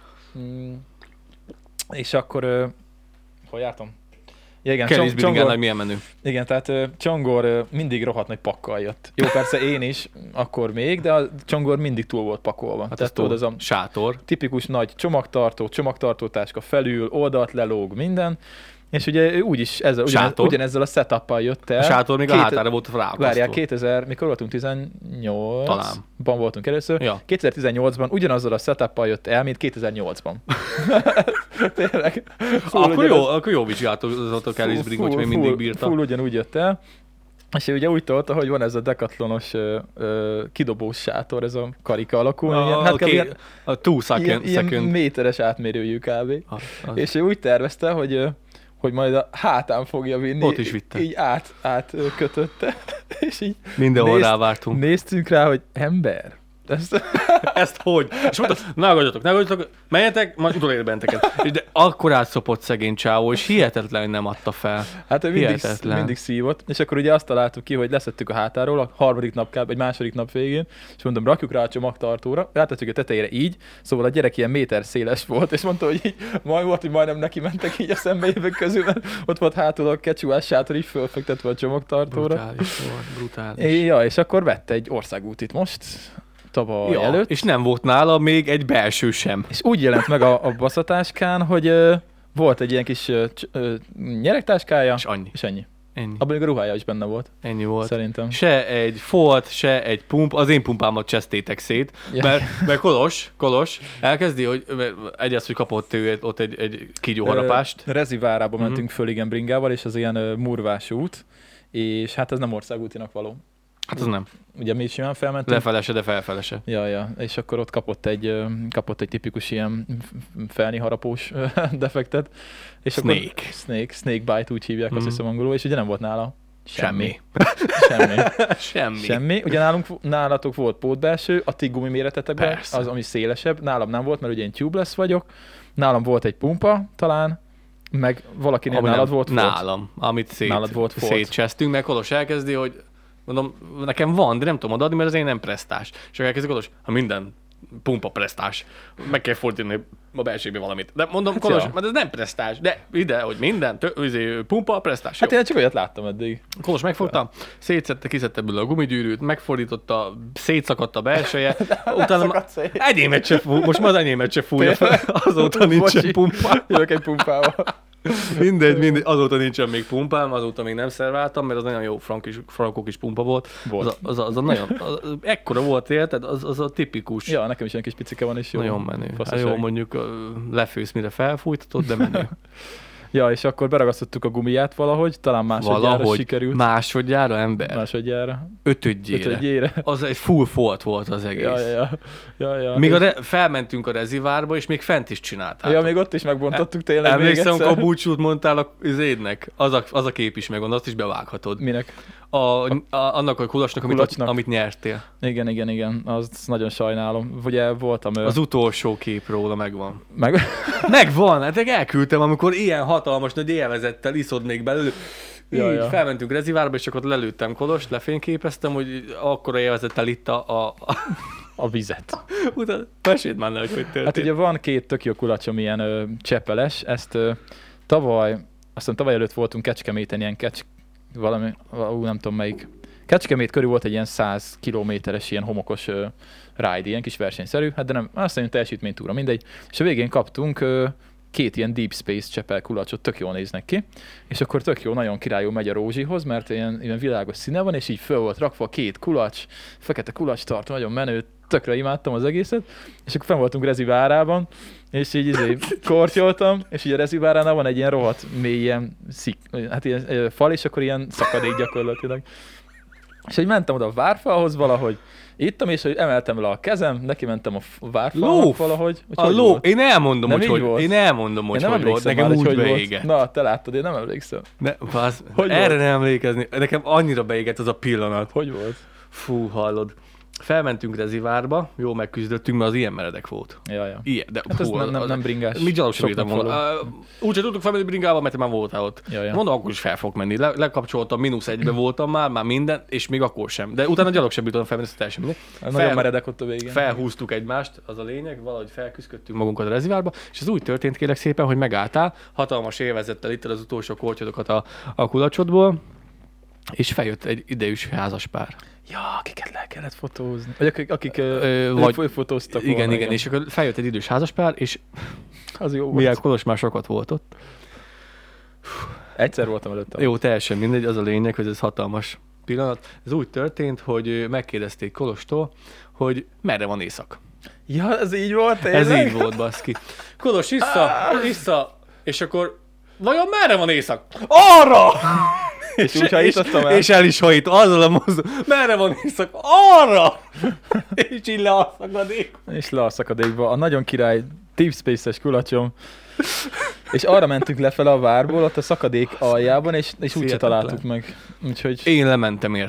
Speaker 1: És akkor... hol jártam? Ja, igen,
Speaker 2: Kellis bringánál milyen menő.
Speaker 1: Igen, tehát Csongor mindig rohadt nagy pakkal jött. Jó, persze én is, akkor még, de a Csongor mindig túl volt pakolva.
Speaker 2: Hát tehát tudod, ez a sátor.
Speaker 1: Tipikus nagy csomagtartótáska felül, oldalt lelóg, minden. És ugye ő úgyis ugyanezzel a setup-pal jött el.
Speaker 2: A sátor még a hátára volt ráakasztva.
Speaker 1: Várjál, mikor voltunk? 18-ban
Speaker 2: talán
Speaker 1: voltunk először.
Speaker 2: Ja.
Speaker 1: 2018-ban ugyanazzal a setup-pal jött el, mint 2008-ban. Tényleg.
Speaker 2: Akkor jó vizsgálatozott a Kellis bring, hogy még mindig bírta.
Speaker 1: Full ugyanúgy jött el. És ugye úgy tolta, hogy van ez a Decathlonos kidobós sátor, ez a karika alakú.
Speaker 2: A 2 second.
Speaker 1: Ilyen méteres átmérőjű kb. És ő úgy tervezte, hogy majd a hátán fogja vinni.
Speaker 2: Ott is vitte.
Speaker 1: Így átkötötte. És így
Speaker 2: mindenhol rávártunk.
Speaker 1: Néztünk rá, hogy ember,
Speaker 2: Ezt hogy? És mondta, ne aggódjatok, menjetek, majd utolér benteket. De akkor átszopott szegény csávó, és hihetetlen, hogy nem adta fel.
Speaker 1: Hát ő mindig szívott, és akkor ugye azt találtuk ki, hogy leszettük a hátáról a harmadik nap, egy második nap végén, és mondom, rakjuk rá a csomagtartóra, rátettük a tetejére így, szóval a gyerek ilyen méter széles volt, és mondta, hogy így majd volt, hogy majdnem neki mentek így a szembeévek közül, mert ott volt hátul a kecsúás sátor így fölfektetve a csomagtartóra.
Speaker 2: Brutális volt, brutális.
Speaker 1: Ja, és akkor vette egy országútit most, tavaly előtt.
Speaker 2: És nem volt nála még egy belső sem.
Speaker 1: És úgy jelent meg a baszatáskán, hogy volt egy ilyen kis nyeregtáskája,
Speaker 2: és ennyi.
Speaker 1: Abban még a ruhája is benne volt.
Speaker 2: Ennyi volt.
Speaker 1: Szerintem.
Speaker 2: Se egy folt, se egy pump. Az én pumpámat csesztétek szét. Ja. Mert Kolos elkezdi, hogy egyes, hogy kapott ő ott egy kígyóharapást.
Speaker 1: Rezivárába mentünk föl, igen, bringával, és az ilyen murvás út, és hát ez nem országútinak való.
Speaker 2: Hát az nem.
Speaker 1: Ugye mi is simán felmentünk.
Speaker 2: Lefelese, de felfelese.
Speaker 1: Ja. És akkor ott kapott egy tipikus ilyen felniharapós defektet. És Snake bite, úgy hívják, azt hiszem angolul, és ugye nem volt nála semmi. Ugye nálatok volt pótbelső, a ti gumi méretetekben, az, ami szélesebb. Nálam nem volt, mert ugye én tubeless vagyok. Nálam volt egy pumpa talán, meg valakinél nálad volt
Speaker 2: nálam, amit szétcsesztünk, meg Kolos elkezdi, hogy mondom, nekem van, de nem tudom odaadni, mert az én nem presztás. És akkor elkezdik Kolos, ha minden pumpa presztás, meg kell fordítani a belségbe valamit. De mondom, Kolos, mert ez nem presztás, de ide, hogy minden, pumpa, presztás.
Speaker 1: Hát én csak olyat láttam eddig.
Speaker 2: Kolos megfogta, szétszette belőle a gumigyűrűt, megfordította, szétszakadt a belseje, utána enyémet se fúj, most már az enyémet se fújja fel, azóta nincsen pumpa.
Speaker 1: Jövök egy pumpával.
Speaker 2: Mindegy, azóta nincsen még pumpám, azóta még nem szerváltam, mert az nagyon jó frankó kis pumpa volt. Az a nagyon, ekkora volt, érted? Az a tipikus.
Speaker 1: Ja, nekem is ilyen kis picike van, és jó.
Speaker 2: Nagyon menő. Hát jó, mondjuk lefősz, mire felfújtatod, de menő.
Speaker 1: Ja, és akkor beragasztottuk a gumiját valahogy, talán másodjára sikerült.
Speaker 2: Másodjára, ember?
Speaker 1: Másodjára.
Speaker 2: Ötödjére. Az egy full folt volt az egész.
Speaker 1: Ja.
Speaker 2: Még felmentünk a rezivárba, és még fent is csinálták.
Speaker 1: Ja, még ott is megbontottuk tényleg.
Speaker 2: Emlékszem, amikor búcsút mondtál az édnek, az a kép is megvan, azt is bevághatod.
Speaker 1: Minek?
Speaker 2: Annak a kulasnak, amit nyertél.
Speaker 1: Igen, az nagyon sajnálom. Ugye voltam...
Speaker 2: Az utolsó kép róla megvan. Megvan, hát elküldtem, amikor ilyen hatalmas nagy élvezettel iszod még belőle. Így felmentünk rezivárba, és csak ott lelőttem Kolost, lefényképeztem, hogy akkora élvezettel itta
Speaker 1: a vizet.
Speaker 2: Utána meséld már le, hogy történt.
Speaker 1: Hát ugye van 2 tök jó kulacsom ilyen cseppeles, ezt tavaly előtt voltunk Kecskeméten ilyen valami, nem tudom melyik. Kecskemét körül volt egy ilyen 100 kilométeres ilyen homokos ride, ilyen kis versenyszerű, hát de nem, azt mondjuk teljesítménytúra, mindegy. És a végén kaptunk 2 ilyen Deep Space cseppel kulacsot, tök jól néznek ki, és akkor tök jó, nagyon királyú megy a rózsihoz, mert ilyen világos színe van, és így föl volt rakva 2 kulacs, fekete kulacs tartó, nagyon menő, tökre imádtam az egészet, és akkor fenn voltunk Rezivárában, és így kortyoltam, és így a Reziváránál van egy ilyen rohadt mély ilyen ilyen fal, és akkor ilyen szakadék gyakorlatilag. És így mentem oda a várfalhoz valahogy, ittam, és hogy emeltem le a kezem, neki mentem a várfalnak valahogy.
Speaker 2: Én elmondom, hogy hogy volt. Nekem úgy beégett.
Speaker 1: Na, te láttad, én nem emlékszem.
Speaker 2: Erre nem emlékezni. Nekem annyira beégett az a pillanat.
Speaker 1: Hogy volt?
Speaker 2: Fú, hallod. Felmentünk Rezivárba, jól megküzdöttünk, mert az ilyen meredek volt.
Speaker 1: Ja.
Speaker 2: Ilyen, de
Speaker 1: hát
Speaker 2: fú,
Speaker 1: nem bringás.
Speaker 2: Mi gyalog sem bírtam volna. Úgyse tudtuk felmenni bringával, mert te már voltál ott.
Speaker 1: Ja.
Speaker 2: Mondom, akkor is fel fog menni. Lekapcsoltam, -1-ben voltam már minden, és még akkor sem. De utána gyalog sem bírtam felmenni, ezt teljesen mindegy.
Speaker 1: Nagyon meredek ott a végén.
Speaker 2: Felhúztuk egymást, az a lényeg, valahogy felküzdöttünk magunkat a Rezivárba, és ez úgy történt, kérlek szépen, hogy megálltál, hatalmas élvezettel itted az utolsó kortyodokat a kulacsodból, és feljött egy idejűs házaspár.
Speaker 1: Ja, akiket le kellett fotózni. Vagy akik fotóztak
Speaker 2: volna. Igen, és akkor feljött egy idős házaspár, és
Speaker 1: az jó volt.
Speaker 2: Mivel Kolos már sokat volt ott.
Speaker 1: Egyszer voltam előtte.
Speaker 2: Jó, teljesen mindegy, az a lényeg, hogy ez hatalmas pillanat. Ez úgy történt, hogy megkérdezték Kolostól, hogy merre van éjszak.
Speaker 1: Ja, ez így volt tényleg?
Speaker 2: Ez így volt, baszki. Kolos, vissza, és akkor vajon merre van éjszak? Arra!
Speaker 1: És
Speaker 2: el is hajít, azzal a mozdul. Merre van éjszak? Arra! És így le a szakadékba.
Speaker 1: És le a szakadékba. A nagyon király Deep Space-es kulacsom. És arra mentünk lefele a várból, ott a szakadék aljában, és úgy se találtuk meg. Úgyhogy...
Speaker 2: Én lementem érte.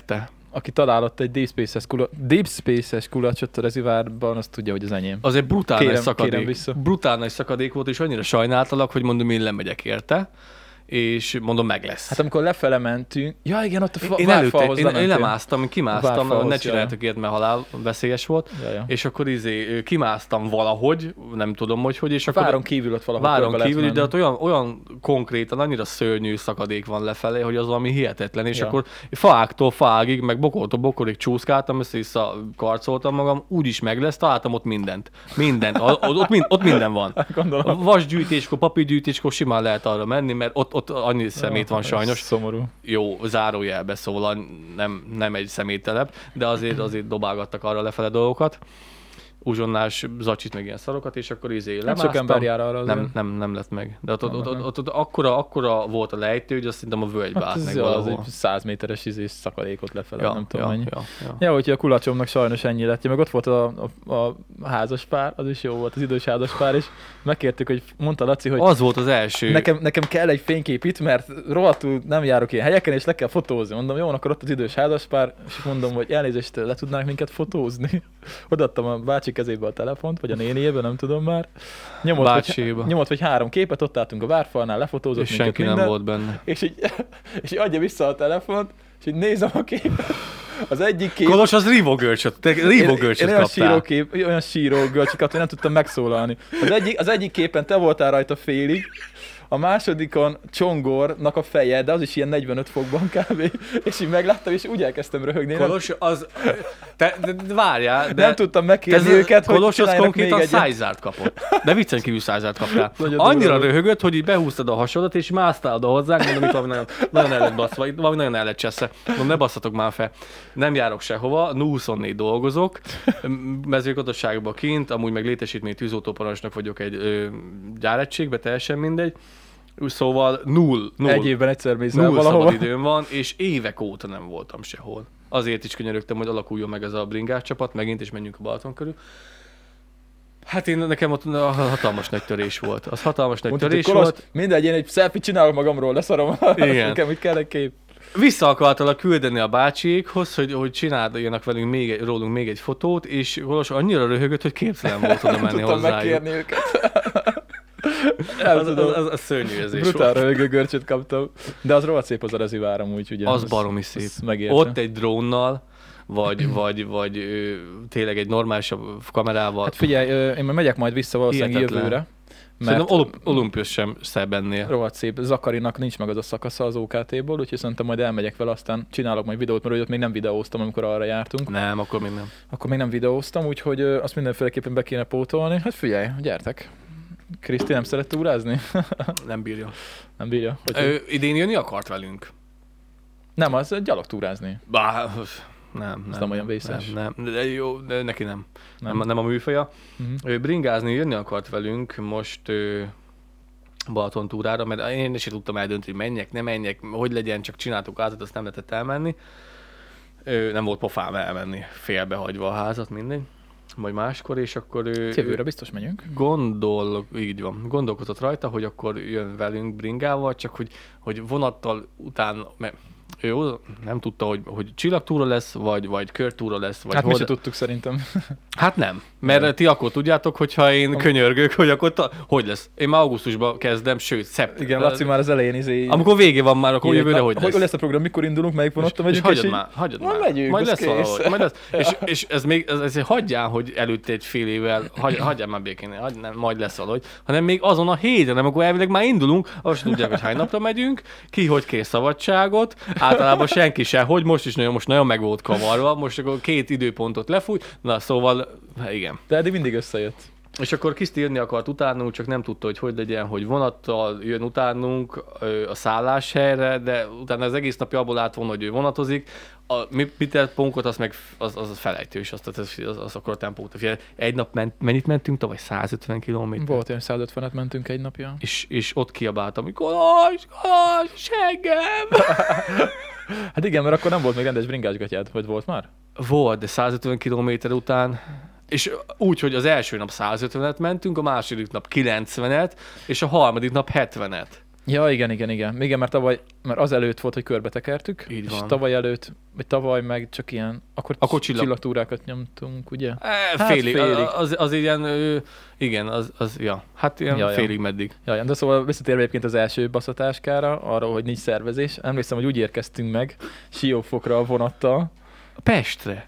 Speaker 1: aki találott egy Deep Space-es kulacsot a rezivárban, azt tudja, hogy az enyém.
Speaker 2: Az egy brutál nagy szakadék volt, és annyira sajnáltalak, hogy mondom, én lemegyek érte, és mondom, meg lesz.
Speaker 1: Hát amikor lefele mentünk, ja igen, ott a
Speaker 2: várfalhoz én lemásztam, kimásztam, ne csináltak ilyet, mert halálveszélyes volt, és akkor kimásztam valahogy, nem tudom, hogy, és akkor...
Speaker 1: Váron kívül ott valahol
Speaker 2: Váron kívül, de ott olyan konkrétan, annyira szörnyű szakadék van lefelé, hogy az valami hihetetlen, és akkor faáktól faágig, meg bokortól bokorig csúszkáltam, össze-vissza karcoltam magam, úgyis meg lesz, találtam ott mindent. Ott minden van. Vasgyűjtéskor, papírgyűjtéskor simán lehet arra menni, mert ott annyi szemét van sajnos.
Speaker 1: Szomorú.
Speaker 2: Jó, zárójelbe, szóval nem egy szeméttelep, de azért dobálgattak arra lefele dolgokat. Uzsonnás zacsit, meg ilyen szarokat, és akkor lemásztam.
Speaker 1: Sok ember jár arra azért.
Speaker 2: Nem lett meg. De ott akkora volt a lejtő, hogy azt szerintem a völgybe állt meg valahol.
Speaker 1: Az egy 100 méteres szakadékot lefele, nem tudom mennyi. Ja, úgyhogy a kulacsomnak sajnos ennyi lett. Meg ott volt a házaspár, az is jó volt, az idős házaspár, és megkértük, hogy mondta Laci, hogy...
Speaker 2: Az volt az első.
Speaker 1: Nekem kell egy fénykép itt, mert rohadtul nem járok ilyen helyeken, és le kell fotózni. Mondom, jó, akkor ott az idős házaspár, és mondom, hogy elnézést, le tudnánk minket fotózni. Odaadtam a bácsi kezébe a telefont, vagy a néniébe, nem tudom már. Nyomott vagy 3 képet, ott álltunk a várfalnál, lefotózott
Speaker 2: és senki nem volt benne.
Speaker 1: És így adja vissza a telefont, és így nézem a képet. Az egyik kép...
Speaker 2: Kolos, az rívógörcsöt kaptál.
Speaker 1: Olyan síró-görcsöt kaptál, nem tudtam megszólalni. Az egyik képen te voltál rajta félig, a másodikon Csongornak a feje, de az is ilyen 45 fokban kb. És így megláttam, és úgy elkezdtem röhögni.
Speaker 2: Kolos, várjál, de...
Speaker 1: Nem tudtam megkérni őket, hogy
Speaker 2: Kolos az konkrétan szájzárt kapott. De viccen kívül szájzárt kaptál. Annyira röhögött, hogy így behúztad a hasodat, és másztál oda hozzánk, mondom, itt valami nagyon el lett baszva, valami nagyon el lett csessze. Mondom, ne basszatok már fel. Nem járok sehova, 24 dolgozok, mezőgazdaságban kint, amúgy meg létesítmény tűzoltóparancsnok vagyok egy gyáregységben, teljesen mindegy. Szóval null.
Speaker 1: Egy évben egyszer mész el valahova.
Speaker 2: Szabad időm van, és évek óta nem voltam sehol. Azért is könyörögtem, hogy alakuljon meg ez a bringás csapat, megint, és menjünk a Balaton körül. Hát nekem ott hatalmas nagy törés volt. Az hatalmas nagy törés volt.
Speaker 1: Mindegy, én egy selfie csinálok magamról, leszarom.
Speaker 2: Igen.
Speaker 1: Nekem itt kell egy kép.
Speaker 2: Vissza akartalak küldeni a bácsiékhoz, hogy csináljanak velünk rólunk még egy fotót, és Kolos annyira röhögött, hogy képtelen volt oda menni hozzájuk.
Speaker 1: Megkérni őket.
Speaker 2: Az szörnyű érzés volt.
Speaker 1: Brutál röhögő görcsöt kaptam. De az rohadt szép az a rezivár amúgy, ugye.
Speaker 2: Az baromi szép. Ott egy drónnal, vagy tényleg egy normálisabb kamerával.
Speaker 1: Hát figyelj, én már megyek majd vissza valószínűleg jövőre.
Speaker 2: Szerintem Olympius sem szebb ennél.
Speaker 1: Rohadt szép. Zakarinak nincs meg az a szakasza az OKT-ból, úgyhogy szerintem majd elmegyek vele, aztán csinálok majd videót, mert ott még nem videóztam, amikor arra jártunk.
Speaker 2: Nem, akkor még nem.
Speaker 1: Akkor még nem videóztam, úgyhogy azt mindenféleképpen be kéne pótolni. Hát figyelj, gyertek. Kriszti nem szeret túrázni?
Speaker 2: Nem bírja.
Speaker 1: Nem bírja?
Speaker 2: Idén jönni akart velünk.
Speaker 1: Nem, az gyalogtúrázni.
Speaker 2: Nem
Speaker 1: olyan vészes.
Speaker 2: Nem, de jó, de neki nem a műfaja. Ő bringázni jönni akart velünk most Balaton túrára, mert én is tudtam eldönteni, hogy menjek, nem menjek, hogy legyen, csak csináltuk házat, azt nem lehetett elmenni. Nem volt pofám elmenni, félbehagyva a házat, mindegy. Majd máskor, és akkor
Speaker 1: jövőre biztos megyünk.
Speaker 2: Így van. Gondolkozott rajta, hogy akkor jön velünk bringával, csak hogy vonattal után, ő nem tudta, hogy csillagtúra lesz, vagy körtúra lesz. Vagy
Speaker 1: hát mi se tudtuk szerintem.
Speaker 2: Hát nem, mert ti akkor tudjátok, hogyha én könyörgök, hogy akkor hogy lesz. Én már augusztusban kezdem, sőt, szeptember.
Speaker 1: Igen, Laci már az elején
Speaker 2: amikor végé van már, akkor jövőre hogy lesz.
Speaker 1: Hogy lesz a program, mikor indulunk, melyik vonattal megyünk?
Speaker 2: Hagyjad már.
Speaker 1: Megyünk,
Speaker 2: majd lesz valahogy. Majd lesz. És ez még, hagyjál, hogy előtte egy fél évvel, hagyjál már békén, majd lesz valahogy, hanem még azon a héten, amikor elvileg már indulunk, ahol sem tudják, hogy hány napra megyünk, ki hogy kér szabadságot, általában senki se, hogy most nagyon meg volt kavarva, most akkor 2 időpontot lefúj, na szóval, igen.
Speaker 1: De eddig mindig összejött.
Speaker 2: És akkor Kriszti jönni akart utánunk, csak nem tudta, hogy legyen, hogy vonattal jön utánunk a szálláshelyre, de utána az egész napja abból állt volna, hogy ő vonatozik. A Peter Ponkot az meg az felejtős, az akkor a tempót. Egy nap mennyit mentünk tavaly? 150 km.
Speaker 1: Volt olyan 150-et mentünk egy napja.
Speaker 2: És ott kiabáltam, hogy Kolos, seggem!
Speaker 1: Hát igen, mert akkor nem volt még rendes bringásgatyád, vagy volt már?
Speaker 2: Volt, de 150 km után. És úgy, hogy az első nap 150-et mentünk, a második nap 90-et, és a harmadik nap 70-et.
Speaker 1: Ja, igen, mert tavaly, mert az előtt volt, hogy körbetekertük,
Speaker 2: így
Speaker 1: és
Speaker 2: van.
Speaker 1: tavaly előtt vagy tavaly meg csak ilyen, akkor csillagtúrákat nyomtunk, ugye?
Speaker 2: Félig. Az ilyen, igen, az ja. Hát ilyen félig meddig.
Speaker 1: Ja, de szóval visszatérve egyébként az első baszatáskára, arról, hogy nincs szervezés. Emlékszem, hogy úgy érkeztünk meg Siófokra a vonattal.
Speaker 2: Pestre.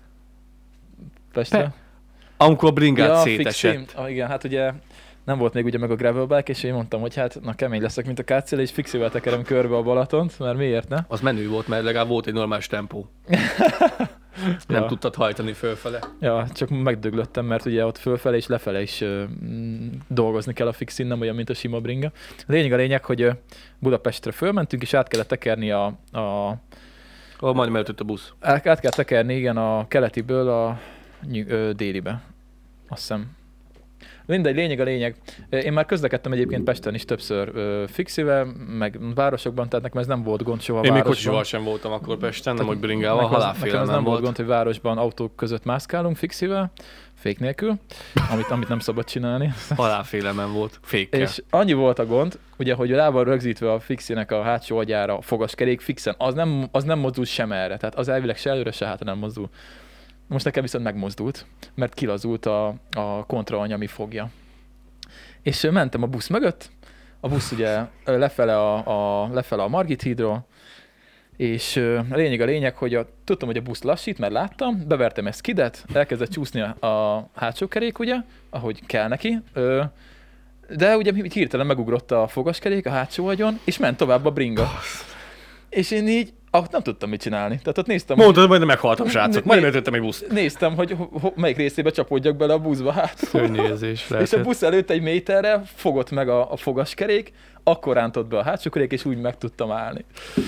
Speaker 1: Amikor
Speaker 2: a bringát szétesett.
Speaker 1: Igen, hát ugye nem volt még ugye meg a gravelbike, és én mondtam, hogy hát na kemény leszek, mint a KCL, és fixivel tekerem körbe a Balatont, mert miért ne?
Speaker 2: Az menő volt, mert legalább volt egy normális tempó. Nem tudtad hajtani fölfele.
Speaker 1: Ja, csak megdöglöttem, mert ugye ott fölfele és lefele is dolgozni kell a fixin, nem olyan, mint a sima bringa. A lényeg, hogy Budapestre fölmentünk, és át kellett tekerni
Speaker 2: majdnem elütött a busz.
Speaker 1: Át kell tekerni, igen, a keletiből a délibe. Azt hiszem. Mindegy, lényeg. Én már közlekedtem egyébként Pesten is többször fixivel, meg városokban, tehát nekem ez nem volt gond soha.
Speaker 2: Én még kocsival sem voltam akkor Pesten, nem hogy bringával, halálfélelem
Speaker 1: nem volt gond, hogy városban autók között mászkálunk fixivel, fék nélkül, amit nem szabad csinálni.
Speaker 2: Halálfélelem volt, fékkel.
Speaker 1: És annyi volt a gond, ugye, hogy rá van rögzítve a fixinek a hátsó agyára a fogaskerék fixen, az nem mozdul sem erre, tehát az elvileg se előre, se hátra nem mozdul. Most nekem viszont megmozdult, mert kilazult a kontraany, ami fogja. És mentem a busz mögött, a busz ugye lefele a Margit hídról, és a lényeg, hogy tudtam, hogy a busz lassít, mert láttam, bevertem ezt skidet, elkezdett csúszni a hátsó kerék, ugye, ahogy kell neki, de ugye hirtelen megugrott a fogaskerék a hátsó agyon, és ment tovább a bringa. És én így nem tudtam mit csinálni. Tehát ott néztem...
Speaker 2: Mondtad, hogy meghaltam, srácok. Majdnem elütöttem egy busz.
Speaker 1: Néztem, hogy melyik részébe csapódjak bele a buszba. Hát.
Speaker 2: Szörnyű érzés.
Speaker 1: És a busz előtt egy méterre fogott meg a fogaskerék, akkor rántott be a hátsó kerék, és úgy meg tudtam állni.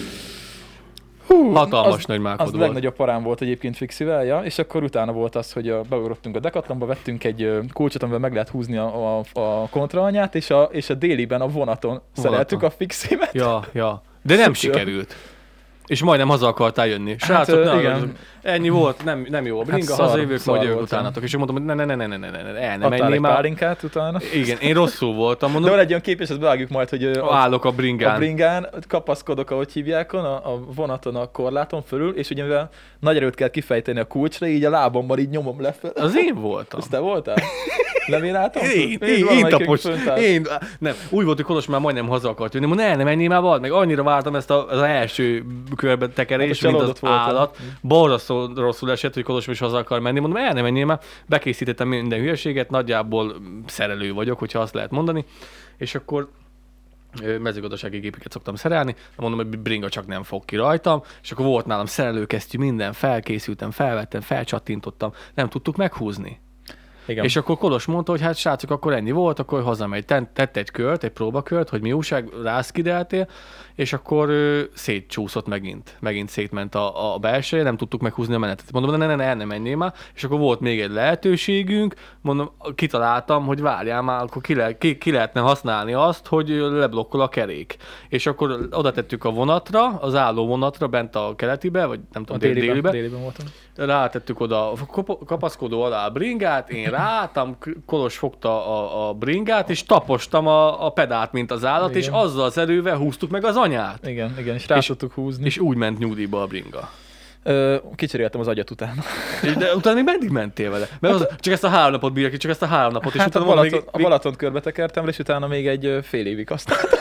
Speaker 2: Hatalmas nagy mákod
Speaker 1: volt. Az legnagyobb parám volt egyébként fixivel, ja, és akkor utána volt az, hogy beugrottunk a Decathlonba, vettünk egy kulcsot, amivel meg lehet húzni a kontraanyát, és a déliben a vonaton szereltük a fiximet.
Speaker 2: Ja. De nem sikerült. És majdnem haza akartál jönni. Srácok, igen. Ennyi volt, nem jó a bringa, hazajövök, majd jövök utánatok. És én mondtam, hogy ne, nem menjél már.
Speaker 1: Pálinkát utána.
Speaker 2: Igen, én rosszul voltam. Mondom,
Speaker 1: de van egy olyan kép, és ezt bevágjuk majd, hogy
Speaker 2: állok a bringán.
Speaker 1: A bringán kapaszkodok, ahogy hívják, a vonaton, a korláton fölül, és ugye mivel nagy erőt kell kifejteni a kulcsra, így a lábammal így nyomom lefelé.
Speaker 2: Az én voltam.
Speaker 1: Ezt te voltál? Nem én álltam?
Speaker 2: Én tapos. Nem, úgy volt, hogy Kolos már majdnem haza akart jönni. Mondom, nem menjél már, vad, meg annyira vártam ezt az első körbe tekerés, mint az állat. Borzasztó rosszul esett, hogy Kolos is haza akar menni. Mondom, nem menjél már. Bekészítettem minden hülyeséget, nagyjából szerelő vagyok, hogyha azt lehet mondani. És akkor mezőgazdasági gépeket szoktam szerelni, mondom, hogy bringa csak nem fog ki rajtam, és akkor volt nálam szerelőkesztyű, minden, felkészültem, felvettem, felcsattintottam, nem tudtuk meghúzni. Igen. És akkor Kolos mondta, hogy hát srácok, akkor ennyi volt, akkor hazamegy. Tett egy kört, egy próbakört, hogy mi újság, rászkideltél, és akkor szétcsúszott megint szétment a belseje, nem tudtuk meghúzni a menetet. Mondom, nem menjél már, és akkor volt még egy lehetőségünk, mondom, kitaláltam, hogy várjál már, akkor ki lehetne használni azt, hogy leblokkol a kerék. És akkor oda tettük a vonatra, az álló vonatra, bent a keletibe, vagy nem tudom, délibe
Speaker 1: voltam.
Speaker 2: Rátettük oda a kapaszkodó alá a bringát, én ráálltam, Kolos fogta a bringát, és tapostam a pedált, mint az állat, igen. És azzal az erővel húztuk meg az anyát.
Speaker 1: Igen, és rá tudtuk húzni.
Speaker 2: És úgy ment nyugdíjba a bringa.
Speaker 1: Kicseréltem az agyat utána.
Speaker 2: De utána még meddig mentél vele? Mert csak ezt a 3 napot bírja ki, csak ezt a 3 napot.
Speaker 1: Hát és a Balatont körbe tekertem, és utána még egy fél évig használtam.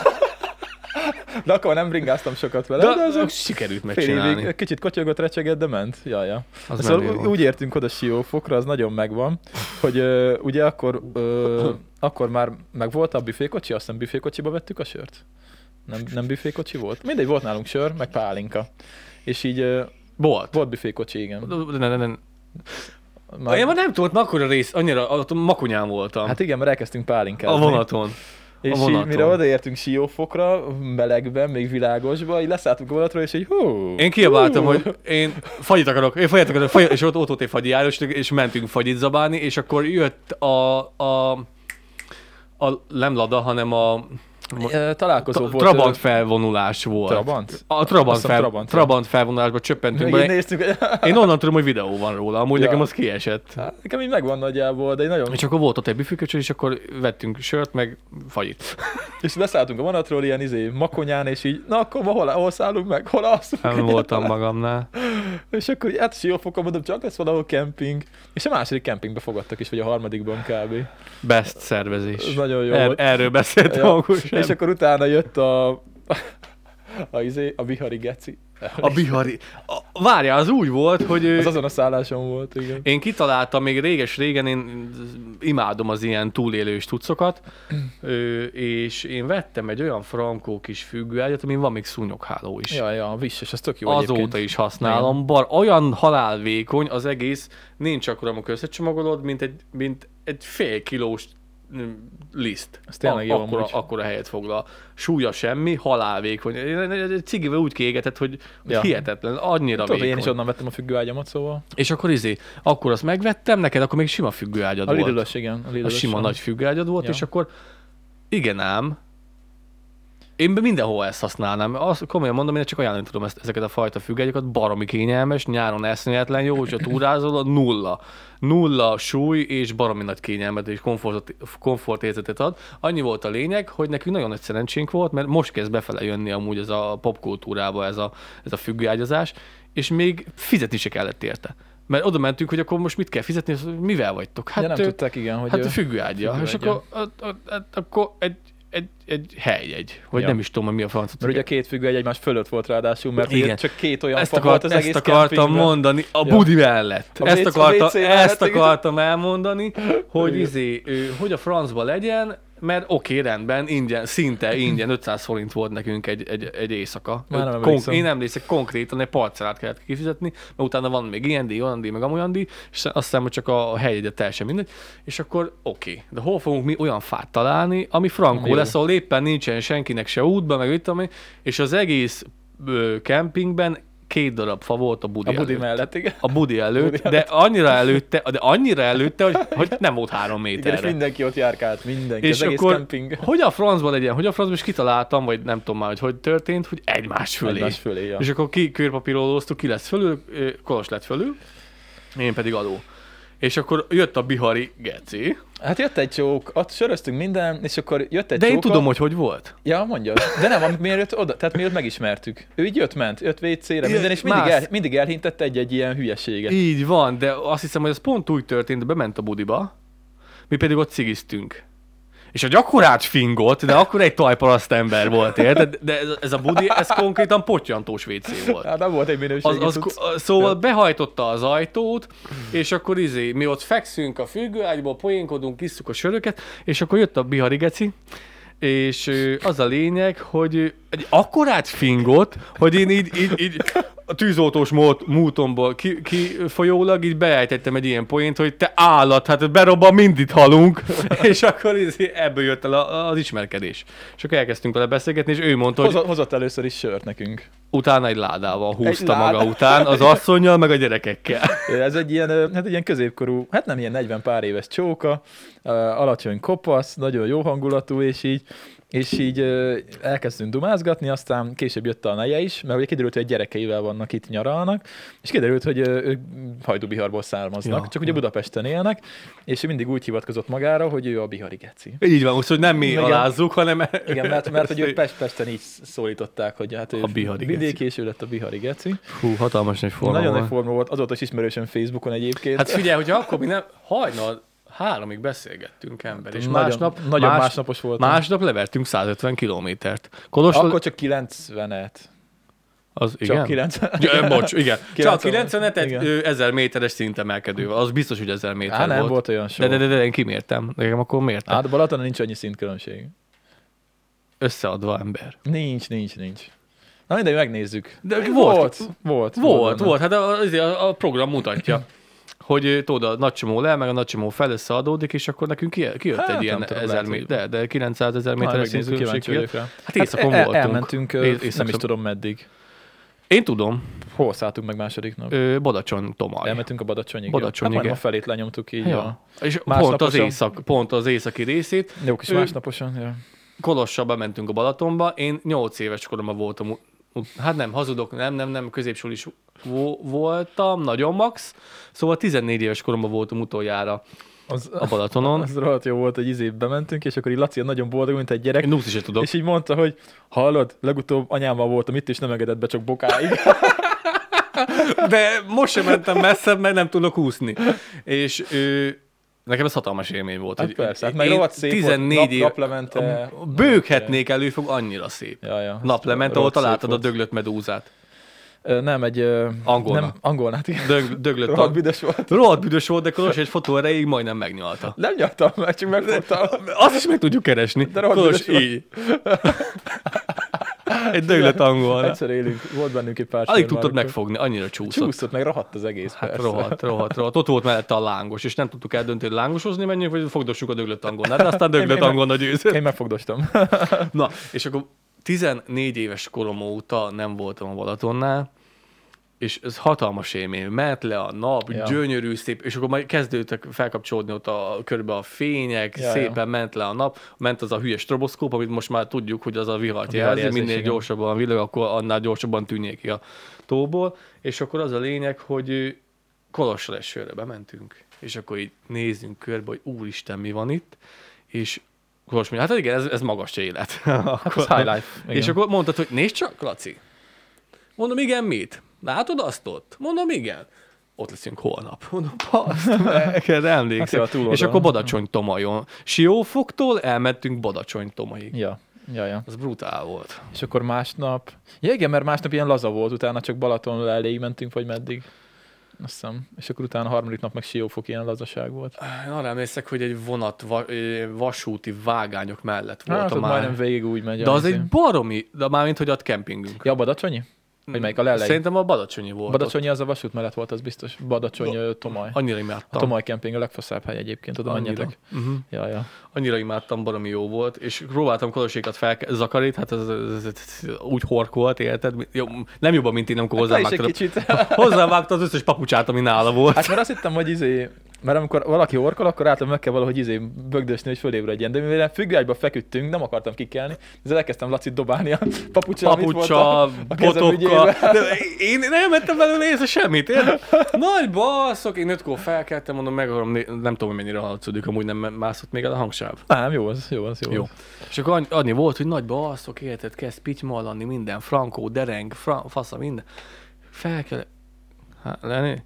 Speaker 1: De akkor nem bringáztam sokat vele.
Speaker 2: De az sikerült megcsinálni.
Speaker 1: Kicsit kotyogott, recsegett, de ment. Ja. Szóval úgy értünk oda Siófokra, az nagyon megvan, hogy ugye akkor már megvolt a büfékocsi, azt hiszem büfékocsiba vettük a sört. Nem büfékocsi volt? Mindegy, volt nálunk sör, meg pálinka. És így volt büfékocsi, igen.
Speaker 2: Én már nem tudtam, akkor a rész, annyira makonyán voltam.
Speaker 1: Hát igen, mert elkezdtünk pálinkázni.
Speaker 2: A vonaton.
Speaker 1: És így, mire odaértünk Siófokra, melegben, még világosba, így leszálltunk a vonatról, és így
Speaker 2: Én kiabáltam, hogy én fagyit akarok, és ott volt egy fagyi járós, és mentünk fagyit zabálni, és akkor jött nem Lada, hanem
Speaker 1: Találkozó volt.
Speaker 2: Trabant felvonulás volt.
Speaker 1: Trabant?
Speaker 2: A Trabant felvonulásba csöppentünk be. Én onnan tudom, hogy videó van róla. Amúgy nekem az kiesett.
Speaker 1: Hát, nekem így megvan nagyjából, de nagyon...
Speaker 2: És akkor volt ott egy büfőköcsön, és akkor vettünk sört, meg fagyit.
Speaker 1: És leszálltunk a vonatról ilyen makonyán, és így, na akkor hol szállunk meg, hol alszunk?
Speaker 2: Nem voltam magamnál.
Speaker 1: És akkor hát Siófokon mondom, csak lesz valahol kemping. És a második kempingbe fogadtak is, vagy a harmadikban kb.
Speaker 2: Best szervezés.
Speaker 1: Ez nagyon jó volt.
Speaker 2: Erről beszéltem.
Speaker 1: És akkor utána jött a bihari geci.
Speaker 2: A bihari. Várjál, az úgy volt, hogy...
Speaker 1: Az azon a szálláson volt, igen.
Speaker 2: Én kitaláltam még réges-régen, én imádom az ilyen túlélős tucokat, és én vettem egy olyan frankó kis függőágyat, amin van még szúnyogháló is.
Speaker 1: Ja, a visses, az tök jó
Speaker 2: azóta
Speaker 1: egyébként.
Speaker 2: Is használom. Olyan halálvékony az egész, nincs akkor, amikor összecsomagolod, mint egy fél kilós liszt.
Speaker 1: Ez tényleg jó
Speaker 2: akkora helyet foglal. Súlya semmi, halálvékony. Egy cigivel úgy kiégetett, hogy hihetetlen, annyira vékony.
Speaker 1: Én is onnan vettem a függőágyamat, szóval.
Speaker 2: És akkor akkor azt megvettem, neked akkor még sima függőágyad volt.
Speaker 1: A Lidl-ös, igen.
Speaker 2: A sima nagy függőágyad volt, és akkor igen ám, én mindenhol ezt használnám. Azt komolyan mondom, én csak ajánlani tudom ezeket a fajta függőágyakat, baromi kényelmes, nyáron eszméletlen jó, hogyha túrázol, nulla súly és baromi nagy kényelmet és komfortérzetet ad. Annyi volt a lényeg, hogy nekünk nagyon nagy szerencsénk volt, mert most kezd befele jönni amúgy ez a popkultúrába ez a függőágyazás, és még fizetni se kellett érte. Mert oda mentünk, hogy akkor most mit kell fizetni, mivel vagytok? Hát
Speaker 1: nem tudták, igen, hogy...
Speaker 2: Hát a függőágya. És akkor egy helyjegy, vagy nem is tudom, hogy mi a francia.
Speaker 1: Mert ugye a két függőágy egymás fölött volt ráadásul, mert
Speaker 2: igen.
Speaker 1: Csak két olyan volt az egész
Speaker 2: Ezt akartam mondani, a budi mellett. Ezt akartam elmondani, hogy hogy a francba legyen, mert oké, rendben, ingyen, szinte ingyen, 500 forint volt nekünk egy éjszaka. Én emlékszem, konkrétan egy parcellát kellett kifizetni, mert utána van még ilyen díj, olyan díj, meg amolyan díj, és azt hiszem, hogy csak a helyjegyet teljesen mindegy, és akkor oké. De hol fogunk mi olyan fát találni, ami frankó lesz, ahol éppen nincsen senkinek se útban, meg itt, és az egész kempingben 2 darab fa volt a budi előtt.
Speaker 1: A budi mellett, igen.
Speaker 2: A budi előtt, de annyira előtte, hogy nem volt 3 méterre.
Speaker 1: Igen, mindenki ott járkált, mindenki,
Speaker 2: és
Speaker 1: az egész
Speaker 2: akkor,
Speaker 1: kemping.
Speaker 2: Hogy a francban legyen, és kitaláltam, vagy nem tudom már, hogy történt, hogy egymás fölé.
Speaker 1: Ja.
Speaker 2: És akkor körpapírolóztuk, ki lesz fölül, Kolos lett fölül, én pedig alul. És akkor jött a bihari geci.
Speaker 1: Hát jött egy csók, ott söröztünk minden, és akkor jött egy
Speaker 2: de
Speaker 1: csóka.
Speaker 2: Én tudom, hogy volt.
Speaker 1: Ja, mondjad. De nem, miért jött oda? Tehát mi ott megismertük. Ő így jött WC-re, minden, és mindig elhintett egy ilyen hülyeséget.
Speaker 2: Így van, de azt hiszem, hogy ez pont úgy történt, de bement a budiba, mi pedig ott cigiztünk. És a gyakorát fingott, de akkor egy talajparaszt ember volt, érted? De ez a budi, ez konkrétan pottyantós WC volt.
Speaker 1: Hát nem volt egy minőségi
Speaker 2: szóval behajtotta az ajtót, és akkor mi ott fekszünk a függőágyból, poénkodunk, isszuk a söröket, és akkor jött a bihari geci, és az a lényeg, hogy egy akkorát fingott, hogy én így a tűzoltós múltomból kifolyólag így beejtettem egy ilyen poént, hogy te állat, hát berobban mindig halunk, és akkor ebből jött el az ismerkedés. És akkor elkezdtünk vele beszélgetni, és ő mondta, hogy...
Speaker 1: Hozott először is sört nekünk.
Speaker 2: Utána egy ládával húzta maga után, az asszonnyal, meg a gyerekekkel.
Speaker 1: Ez egy ilyen középkorú, hát nem ilyen 40 pár éves csóka, alacsony kopasz, nagyon jó hangulatú, és így elkezdtünk dumázgatni, aztán később jött a neje is, mert ugye kiderült, hogy gyerekeivel vannak itt, nyaralnak, és kiderült, hogy ők Hajdúbiharból származnak, csak ugye Budapesten élnek, és ő mindig úgy hivatkozott magára, hogy ő a bihari geci.
Speaker 2: Így van, úgyhogy nem mi alázzuk, hanem...
Speaker 1: Igen, mert hogy ők Pesten így szólították, hogy hát ő vidéki, és ő lett a bihari geci.
Speaker 2: Hú, hatalmas nagy forma
Speaker 1: Nagyon nagy forma volt, azóta is ismerősen Facebookon egyébként.
Speaker 2: Hát figyelj, hogy akkor mi nem hajnal 3-ig beszélgettünk ember, és
Speaker 1: nagyon másnapos volt.
Speaker 2: Másnap levertünk 150 kilométert.
Speaker 1: Akkor csak 90-et.
Speaker 2: Az igen?
Speaker 1: Csak 90.
Speaker 2: Bocs, igen. Csak 90-et 1000 méteres szintemelkedővel. Az biztos, hogy 1000 méter volt.
Speaker 1: Nem volt olyan sok.
Speaker 2: De én kimértem. Nekem akkor mértem.
Speaker 1: Hát Balatonon nincs annyi szintkülönbség.
Speaker 2: Összeadva ember.
Speaker 1: Nincs. Na mindegy, megnézzük.
Speaker 2: De volt. Hát a program mutatja. Hogy tudod, a nagy csomó le, meg a nagy csomó fel összeadódik, és akkor nekünk kijött egy ilyen 1000 méter, de 900 000 méteres szintkülönbség. Hát éjszakon voltunk.
Speaker 1: Elmentünk, nem is tudom meddig.
Speaker 2: Én tudom.
Speaker 1: Hol szálltunk meg második nap?
Speaker 2: Badacsony-Tomaj.
Speaker 1: Elmentünk a Badacsonyig.
Speaker 2: Badacsonyig.
Speaker 1: Hát a felét lenyomtuk így.
Speaker 2: Ja. És pont az északi részét.
Speaker 1: Jó kis másnaposan, ja.
Speaker 2: Kolossal bementünk a Balatonba, én 8 éves koromban voltam, hát nem, hazudok, nem, középsúl is voltam, nagyon max, szóval 14 éves koromban voltam utoljára a Balatonon.
Speaker 1: Az rohadt jó volt, hogy bementünk, és akkor így Laci nagyon boldog, mint egy gyerek.
Speaker 2: Én úszni se tudok.
Speaker 1: És így mondta, hogy hallod, legutóbb anyámmal voltam itt, és nem engedett be csak bokáig.
Speaker 2: De most sem mentem messzebb, mert nem tudok úszni. És nekem ez hatalmas élmény volt.
Speaker 1: Hát persze, hát meg rohadt szép
Speaker 2: 14
Speaker 1: volt, naplemente.
Speaker 2: Bőghetnék előfog, annyira szép.
Speaker 1: Ja.
Speaker 2: Naplemente, ahol találtad a döglött medúzát.
Speaker 1: Nem, egy...
Speaker 2: Angolna.
Speaker 1: Nem, angolnát, igen.
Speaker 2: Döglött.
Speaker 1: Rohadt büdös volt.
Speaker 2: Rohadt büdös volt, de Kolos egy fotó erejéig majdnem megnyalta.
Speaker 1: Nem nyaltam meg, csak megfogtam.
Speaker 2: Azt is meg tudjuk keresni.
Speaker 1: De rohadt
Speaker 2: Kolos
Speaker 1: büdös
Speaker 2: így. Egy döglött angolna.
Speaker 1: Egyszer élünk, volt bennünk egy pár.
Speaker 2: Alig tudtad megfogni, annyira csúszott.
Speaker 1: Csúszott, meg rohadt az egész.
Speaker 2: Hát rohadt. Ott volt mellette a lángos, és nem tudtuk eldönteni, hogy lángosozni menjünk, vagy fogdossuk a döglött angolnát, de aztán döglött angolna győzött.
Speaker 1: Én megfogdostam.
Speaker 2: Na, és akkor 14 éves korom óta nem voltam a Balatonnál, és ez hatalmas élmény. Ment le a nap, gyönyörű, szép, és akkor majd kezdődtek felkapcsolódni ott körbe a fények, szépen ment le a nap, ment az a hülye stroboszkóp, amit most már tudjuk, hogy az a vihart jelzi, minél gyorsabban villag, akkor annál gyorsabban tűnjék ki a tóból, és akkor az a lényeg, hogy Kolossal esőre bementünk, és akkor így nézzünk körbe, hogy úristen, mi van itt, és Kolos mondja, hát igen, ez magas élet.
Speaker 1: Akkor, high life. Igen.
Speaker 2: És akkor mondtad, hogy nézd csak, Laci. Mondom, igen, mit? Látod azt ott? Mondom, igen. Ott leszünk holnap. Mondom, neked emlékszem. Hát és akkor Badacsony-Tomajon. Siófoktól elmentünk Badacsony-Tomaig.
Speaker 1: Ja.
Speaker 2: Az brutál volt.
Speaker 1: És akkor másnap... Ja, igen, mert másnap ilyen laza volt, utána csak Balaton elég mentünk, vagy meddig. Azt hiszem. És akkor utána a harmadik nap meg Siófok ilyen lazaság volt.
Speaker 2: Én arra emlékszek, hogy egy vonat vasúti vágányok mellett volt.
Speaker 1: Hát, majdnem végig úgy megy.
Speaker 2: De az egy baromi, de mármint, hogy ott kempingünk.
Speaker 1: Ja, a Badacsonyi? Vagy melyik a lelej?
Speaker 2: Szerintem a Badacsonyi volt.
Speaker 1: Badacsonyi az a vasút mellett volt, az biztos. Badacsony-Tomaj.
Speaker 2: Annyira imádtam.
Speaker 1: A Tomaj kemping a legfaszább hely egyébként, oda menjetek. Ja.
Speaker 2: Annyira imádtam, baromi jó volt, és próbáltam Kolosékat Zakarit, hát ez úgy horkolt, érted? Jó, nem jobban, mint én, amikor hozzávágta az összes papucsát, ami nála volt.
Speaker 1: Hát mert azt hittem, hogy mert amikor valaki horkol, akkor általában meg kell valahogy bögdösni, hogy fölébredjen. De mivel függőágyba feküdtünk, nem akartam kikelni, ezzel elkezdtem Lacit dobálni a papucsa,
Speaker 2: botokkal. Én nem vettem belőle észre semmit, érted? Nagy basszok, én 5-kor felkeltem, mondom, nem tudom, hogy mennyire hallatszódik, amúgy nem mászott még el a hangsáv.
Speaker 1: Nem, jó az.
Speaker 2: És akkor annyi volt, hogy nagy basszok, érted, kezd pitymallani, minden, frankó, dereng, fasza, minden. Felkel... Hát, Lenni?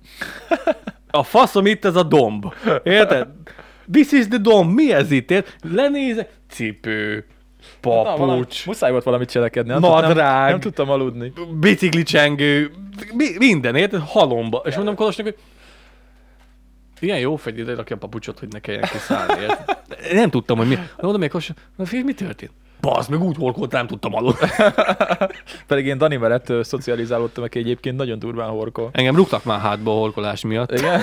Speaker 2: A faszom itt ez a domb. Érted? This is the domb. Mi ez itt? Érted? Lenézek. Cipő. Papucs.
Speaker 1: Muszáj volt valamit cselekedni.
Speaker 2: Nadrág.
Speaker 1: Nem tudtam aludni.
Speaker 2: Biciklicsengő. Minden, érted? Halomba. És mondom Kolosnak, hogy ilyen jó fegyére rakja a papucsot, hogy ne kelljen kiszállni. Nem tudtam, hogy mi. Mondom még Kolosnak, mi történt? Bazd, meg úgy horkolt, nem tudtam aludni.
Speaker 1: Pedig én Dani mellett szocializálódtam, aki egyébként nagyon durván horkol.
Speaker 2: Engem rúgtak már hátba a horkolás miatt.
Speaker 1: Igen?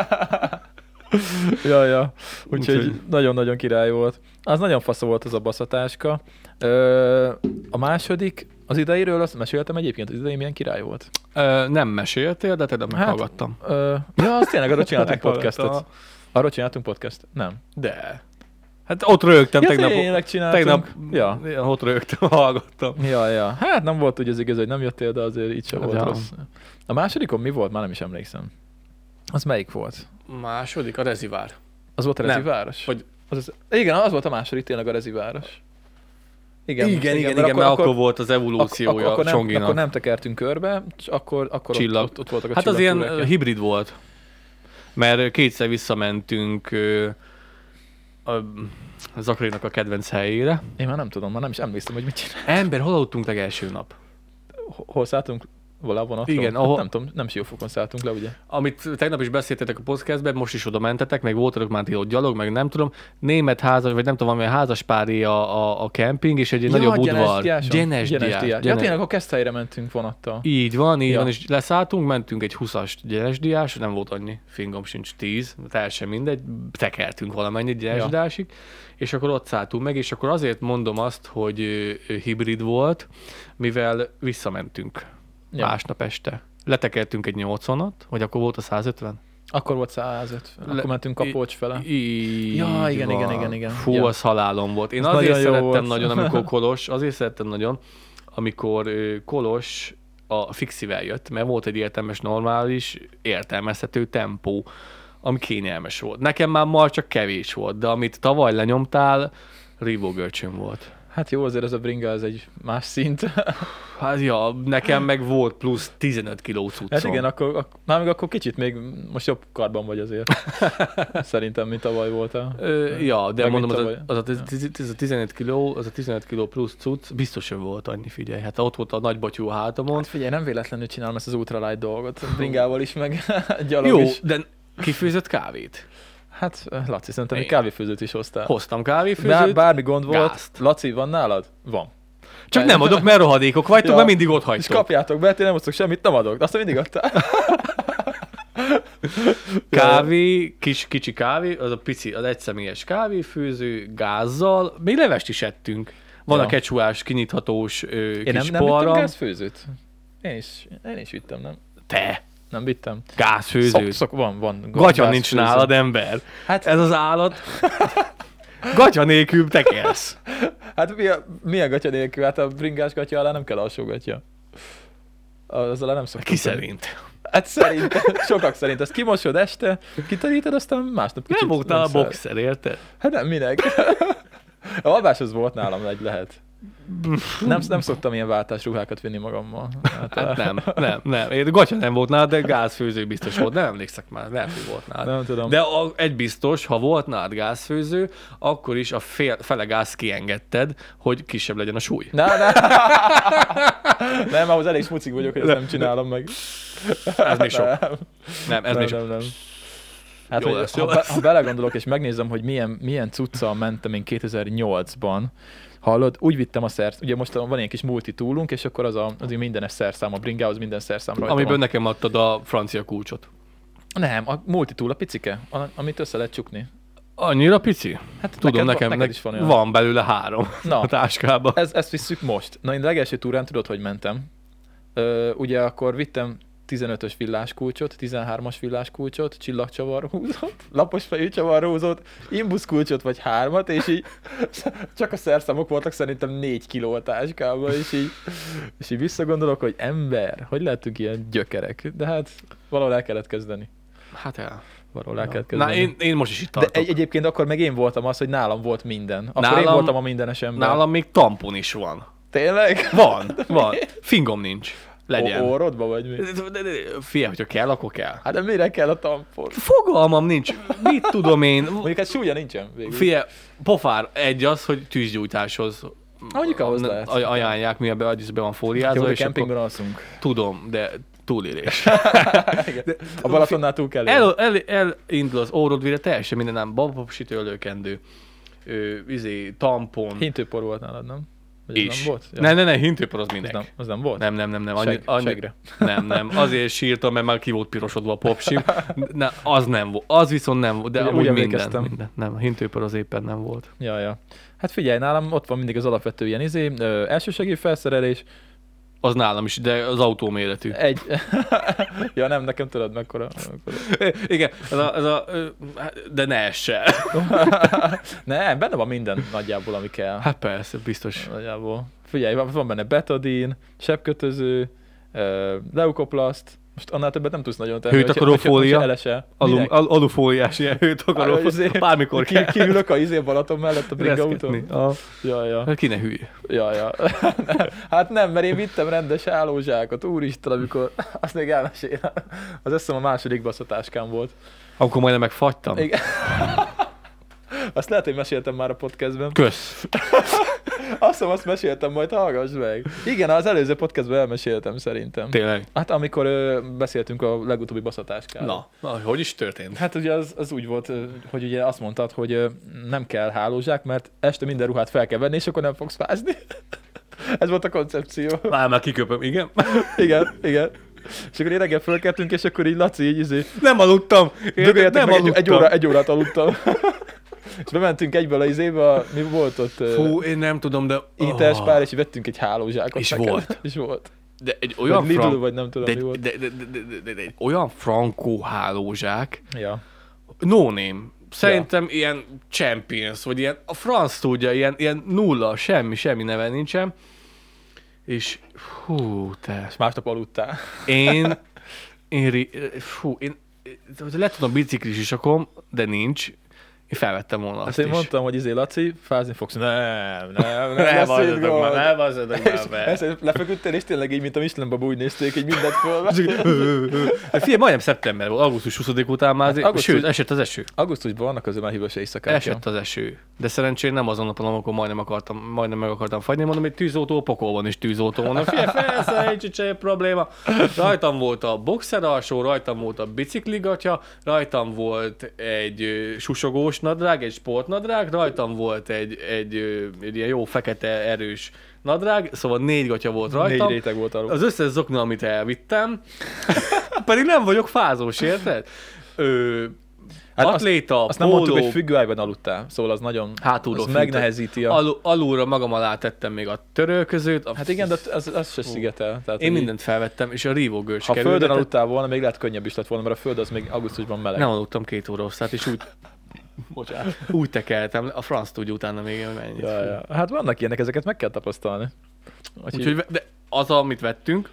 Speaker 1: Ja. Úgyhogy nagyon-nagyon király volt. Az nagyon fasza volt az a baszatáska. A második, az ideiről azt meséltem egyébként, az idei milyen király volt?
Speaker 2: Nem meséltél, de te meghallgattam.
Speaker 1: Ja, azt tényleg, arról csináltunk podcastet. Arról csináltunk podcast? Nem.
Speaker 2: De... Hát ott rögtem
Speaker 1: tegnap.
Speaker 2: Ja. Ott rögtem, hallgattam.
Speaker 1: Ja. Hát nem volt úgy az igaz, hogy nem jöttél, de azért így sem volt rossz. A másodikon mi volt? Már nem is emlékszem. Az melyik volt?
Speaker 2: Második? A Rezivár.
Speaker 1: Az volt a Reziváros? Igen, az volt a második, tényleg a Reziváros. Igen,
Speaker 2: mert akkor volt az evolúciója Csonginak.
Speaker 1: Akkor nem tekertünk körbe, akkor ott voltak a
Speaker 2: hát az ilyen hibrid volt. Mert kétszer visszamentünk a Zakarinak a kedvenc helyére.
Speaker 1: Én már nem tudom, már nem is emlékszem, hogy mit csináltunk.
Speaker 2: Ember, hol aludtunk legelső nap?
Speaker 1: Hol szálltunk? Valahol
Speaker 2: igen,
Speaker 1: ahol... Nem tudom, nem Siófokon szálltunk le, ugye?
Speaker 2: Amit tegnap is beszéltetek a podcastben, most is oda mentetek, meg voltatok már ott gyalog, meg nem tudom, német házas, vagy nem tudom, valami házaspári a kemping, és egy nagyobb udvar. Gyenes Diás.
Speaker 1: Ja, tényleg a Keszthelyre mentünk vonattal.
Speaker 2: Így van, és leszálltunk, mentünk egy 20-as Gyenes Diás, nem volt annyi, fingom sincs 10, teljesen mindegy, tekertünk valamennyit Gyenes Diásig, és akkor ott szálltunk meg, és akkor azért mondom azt, hogy hibrid volt, mivel visszamentünk. Másnap este. Letekertünk egy 80-at, vagy akkor volt a 150?
Speaker 1: Akkor volt 105. Akkor mentünk Kapolcs fele.
Speaker 2: Ja,
Speaker 1: igen.
Speaker 2: Fú,
Speaker 1: ja.
Speaker 2: az halálom volt. Én
Speaker 1: az
Speaker 2: azért
Speaker 1: nagyon
Speaker 2: szerettem nagyon, amikor Kolos a Fixivel jött, mert volt egy értelmes, normális, értelmezhető tempó, ami kényelmes volt. Nekem már csak kevés volt, de amit tavaly lenyomtál, rívógörcsön volt.
Speaker 1: Hát jó, azért ez a bringa, ez egy más szint.
Speaker 2: Hát ja, nekem meg volt plusz 15 kiló cuccom.
Speaker 1: Hát igen, akkor kicsit még most jobb karban vagy azért. Szerintem, mint tavaly voltál.
Speaker 2: Ja, de mondom, az a 15 kiló plusz cucc biztos, hogy volt annyi, figyelj. Hát ott volt a nagybatyú a hátamon. Hát
Speaker 1: figyelj, nem véletlenül csinálom ezt az ultralight dolgot. Bringával is, meg gyalog
Speaker 2: jó,
Speaker 1: is.
Speaker 2: de kifőzött kávét?
Speaker 1: Hát, Laci, szerintem egy kávéfőzőt is hoztál.
Speaker 2: Hoztam kávéfőzőt.
Speaker 1: Bármi gond volt.
Speaker 2: Gázt.
Speaker 1: Laci, van nálad? Van.
Speaker 2: Csak nem adok, mert rohadékok vagytok, mert mindig ott hagytok.
Speaker 1: És kapjátok be, ti nem hoztok semmit, nem adok. De azt mindig adtál.
Speaker 2: Kávé, kicsi kávé, az a pici, az egyszemélyes kávéfőző, gázzal. Még levest is ettünk. Van a kecsuás, kinyithatós kis
Speaker 1: nem
Speaker 2: poharam.
Speaker 1: vittem gázfőzőt? Én is vittem, nem?
Speaker 2: Te!
Speaker 1: Nem vittem.
Speaker 2: Gázfőző.
Speaker 1: Van.
Speaker 2: Gatya nincs nálad, ember. Hát ez az állat. Gatya nélkül tekersz.
Speaker 1: Hát milyen gatya nélkül? Hát a bringás gatya alá nem kell alsó gatya. Az alá nem szoktuk.
Speaker 2: Ki szerint?
Speaker 1: Hát szerintem, sokak szerint. Ezt kimosod este, kitarítod, aztán másnap kicsit.
Speaker 2: Nem voltál a boxer, érted?
Speaker 1: Hát nem, minek? A alváshoz volt nálam egy lehet. Nem szoktam ilyen váltás ruhákat vinni magammal.
Speaker 2: Hát nem. Én gatya nem volt nálad, de gázfőző biztos volt. Nem emlékszek már, lehet, hogy volt nálad.
Speaker 1: Nem tudom.
Speaker 2: De egy biztos, ha volt nálad gázfőző, akkor is a fele gáz kiengedted, hogy kisebb legyen a súly.
Speaker 1: Nem, ahhoz elég smucig vagyok, hogy ezt nem csinálom meg.
Speaker 2: Ez még sok. Nem.
Speaker 1: Hát, ha belegondolok és megnézem, hogy milyen cuccal mentem én 2008-ban, hallod, úgy vittem a ugye most van ilyen kis multitoolunk, és akkor az mindenes szerszám, a bringához minden szerszám rajta
Speaker 2: amiből
Speaker 1: van.
Speaker 2: nekem adtad a francia kulcsot.
Speaker 1: Nem, a multitool, a picike, amit össze lehet csukni.
Speaker 2: Annyira pici?
Speaker 1: Hát
Speaker 2: tudom, nekem
Speaker 1: is van olyan.
Speaker 2: Van belőle 3 a táskába.
Speaker 1: Ezt visszük most. Na, én legelső túrán tudod, hogy mentem. Ugye akkor vittem 15-ös villáskulcsot, 13-as villáskulcsot, csillagcsavarhúzót, lapos fejű csavarhúzót, imbusz kulcsot vagy 3-at, és így csak a szerszámok voltak szerintem 4 kiló a táskában, és így visszagondolok, hogy ember, hogy lehetünk ilyen gyökerek, de hát valahol el kellett kezdeni.
Speaker 2: Hát
Speaker 1: valahol el kellett kezdeni.
Speaker 2: Na, én most is itt tartok.
Speaker 1: De egyébként akkor meg én voltam az, hogy nálam volt minden. Akkor én voltam a mindenes ember.
Speaker 2: Nálam még tampon is van.
Speaker 1: Tényleg?
Speaker 2: Van. Fingom nincs. Legyen.
Speaker 1: Orrodba vagy mi?
Speaker 2: Figyelj, hogyha kell, akkor kell.
Speaker 1: Hát de mire kell a tampon?
Speaker 2: Fogalmam nincs. Mit tudom én?
Speaker 1: Mondjuk hát súlya nincsen végül.
Speaker 2: Figyelj, pofár egy az, hogy tűzgyújtáshoz
Speaker 1: mondjuk ahhoz lehet.
Speaker 2: Ajánlják, mi be van fóliázva.
Speaker 1: Jó, és kempingben alszunk.
Speaker 2: Tudom, de túlélés.
Speaker 1: A Balatonnál túl kell.
Speaker 2: Elindul az orrodvére, teljesen minden, nem babapsütőlőkendő, tampon.
Speaker 1: Hintőpor volt nálad, nem?
Speaker 2: És.
Speaker 1: Nem volt?
Speaker 2: Ja. Nem, hintőpor az minek.
Speaker 1: Az nem volt?
Speaker 2: Nem.
Speaker 1: Segre.
Speaker 2: Nem. Azért sírtam, mert már ki volt pirosodva a popsim. Az nem volt. Az viszont nem volt. De amúgy minden. Nem, a hintőpor az éppen nem volt.
Speaker 1: Ja. Hát figyelj, nálam ott van mindig az alapvető ilyen elsősegély felszerelés.
Speaker 2: Az nálam is, de az autó méretű.
Speaker 1: Ja nem, nekem tudod mekkora.
Speaker 2: Igen, de ne esse.
Speaker 1: Nem, benne van minden nagyjából, ami kell.
Speaker 2: Hát persze, biztos.
Speaker 1: Nagyjából. Figyelj, van benne betadin, sebkötöző, leukoplaszt, most annál többet nem tudsz nagyon tenni.
Speaker 2: Hőtakaró-fólia, alufóliás ilyen hőtakaró-fólia, bármikor kell.
Speaker 1: Kiülök a Balaton mellett a bringa úton. Ja.
Speaker 2: Ki ne hülye.
Speaker 1: Ja. Hát nem, mert én vittem rendes hálózsákot, úristen, amikor, azt még elmesélem. Az eszem a második baszatáskám volt.
Speaker 2: Akkor majdnem megfagytam.
Speaker 1: Igen. Azt lehet, hogy meséltem már a podcastben.
Speaker 2: Kösz.
Speaker 1: Azt meséltem, majd hallgass meg. Igen, az előző podcastben elmeséltem szerintem.
Speaker 2: Tényleg?
Speaker 1: Hát amikor beszéltünk a legutóbbi baszatáskáról.
Speaker 2: Na, hogy is történt?
Speaker 1: Hát ugye az úgy volt, hogy ugye azt mondtad, hogy nem kell hálózsák, mert este minden ruhát fel kell venni, és akkor nem fogsz fázni. Ez volt a koncepció.
Speaker 2: Már kiköpöm, igen?
Speaker 1: Igen. És akkor én reggel fölkeltünk, és akkor így Laci így
Speaker 2: nem aludtam.
Speaker 1: Egy órát aludtam. És bementünk egyből a mi volt ott?
Speaker 2: Fú, én nem tudom, de...
Speaker 1: Interspár, és vettünk egy hálózsákot.
Speaker 2: És volt.
Speaker 1: És volt.
Speaker 2: De egy olyan
Speaker 1: Lidl, vagy nem tudom, mi volt.
Speaker 2: De egy olyan frankó hálózsák,
Speaker 1: Ja.
Speaker 2: no name. Szerintem ilyen Champions, vagy ilyen, a franc tudja, ilyen nulla, semmi neve nincsen. És
Speaker 1: És másnap aludtál.
Speaker 2: Én le tudom biciklis is akom, de nincs. Én felvettem volna azt
Speaker 1: én
Speaker 2: is.
Speaker 1: mondtam, hogy Laci, fázni fogsz. Nem,
Speaker 2: Ne bazzatok már.
Speaker 1: Ezt lefeküdtél, és tényleg így, mint a Michelin Babu, úgy nézték, így mindent föl.
Speaker 2: Figyelj, majdnem szeptember volt, augusztus 20 után már, sőt, esett az eső.
Speaker 1: Augusztusban vannak közül már hűvös éjszakák.
Speaker 2: Esett az eső. De szerencsére nem azon napon, amikor majdnem meg akartam fagyni. Mondom, hogy tűzoltó, pokolban is tűzoltó. Mondom, figyelj, nincs probléma. Rajtam volt a boxer alsó, rajtam volt a bicikligatya, rajtam volt egy susogós nadrág, egy sportnadrág, rajtam volt egy ilyen jó fekete erős nadrág, szóval 4 gatya volt rajtam.
Speaker 1: 4 réteg volt alul.
Speaker 2: Az összes zokna, amit elvittem, pedig nem vagyok fázós, érted?
Speaker 1: Hát
Speaker 2: atléta,
Speaker 1: azt nem mondtuk, hogy függőágyban aludtál, szóval az nagyon
Speaker 2: hátulról
Speaker 1: megnehezíti
Speaker 2: alulra magam alá tettem még a törölközőt.
Speaker 1: Hát igen, de az se szigetel. Tehát
Speaker 2: én mindent felvettem, és a rívógörcs
Speaker 1: ha földön aludtál volna, még lehet könnyebb is lett volna, mert a föld az még augusztusban meleg.
Speaker 2: Nem aludtam 2 óra hosszát, és úgy tekeltem, a franc tudja utána még mennyit.
Speaker 1: Ja. Hát vannak ilyenek, ezeket meg kell tapasztalni.
Speaker 2: Úgyhogy de az, amit vettünk,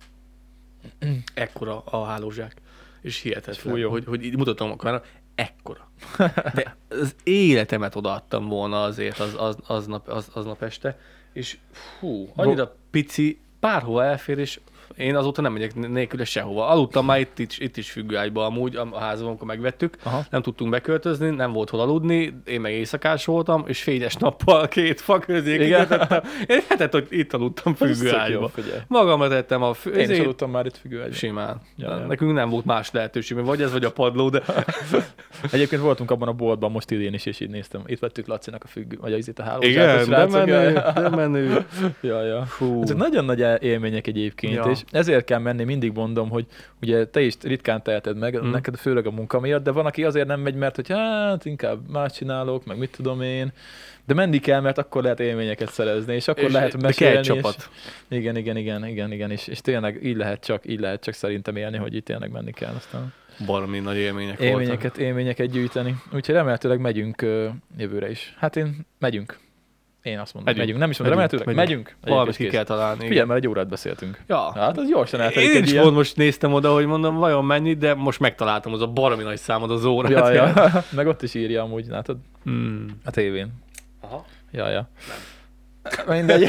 Speaker 2: ekkora a hálózsák. És hihetetlen, hogy így mutatom a kamerára, ekkora. De az életemet odaadtam volna azért aznap este, és annyira pici, bárhova elfér, és én azóta nem megyek nélküle sehova. Aludtam már itt is függőágyba amúgy, a házban, amikor megvettük. Aha. Nem tudtunk beköltözni, nem volt hol aludni, én meg éjszakás voltam, és fényes nappal 2 fa közé kikötöttem. Én hogy itt aludtam függőágyba. Magamra tettem a
Speaker 1: Én is aludtam már itt függőágyba.
Speaker 2: Simán. Ja. Nekünk nem volt más lehetőség, vagy ez, vagy a padló, de...
Speaker 1: Egyébként voltunk abban a boltban most idén is, és így néztem. Itt vettük Lacinak a vagy az itt a hálózsát.
Speaker 2: Igen, de menő.
Speaker 1: Ja. Ezek nagyon nagy élmények egyébként, és ezért kell menni, mindig mondom, hogy ugye te is ritkán teheted meg, neked főleg a munka miatt, de van, aki azért nem megy, mert hogy hát inkább más csinálok, meg mit tudom én, de menni kell, mert akkor lehet élményeket szerezni, és akkor lehet mesélni.
Speaker 2: De kell csapat.
Speaker 1: Igen, és tényleg így lehet csak szerintem élni, hogy itt tényleg menni kell aztán.
Speaker 2: Baromi nagy
Speaker 1: élményeket gyűjteni. Úgyhogy remélhetőleg megyünk jövőre is. Hát megyünk. Én azt mondom, megyünk. Nem is mondom, remélhetőleg megyünk.
Speaker 2: Valamit ki kell találni.
Speaker 1: Figyelj, mert 1 órát beszéltünk.
Speaker 2: Ja.
Speaker 1: Hát az gyorsan eltelik
Speaker 2: egy ilyen. Én is most néztem oda, hogy mondom, vajon mennyi, de most megtaláltam az a baromi nagy számod az órát.
Speaker 1: Ja. Meg ott is írja amúgy, látod? A tévén.
Speaker 2: Aha.
Speaker 1: Ja. Mindegy.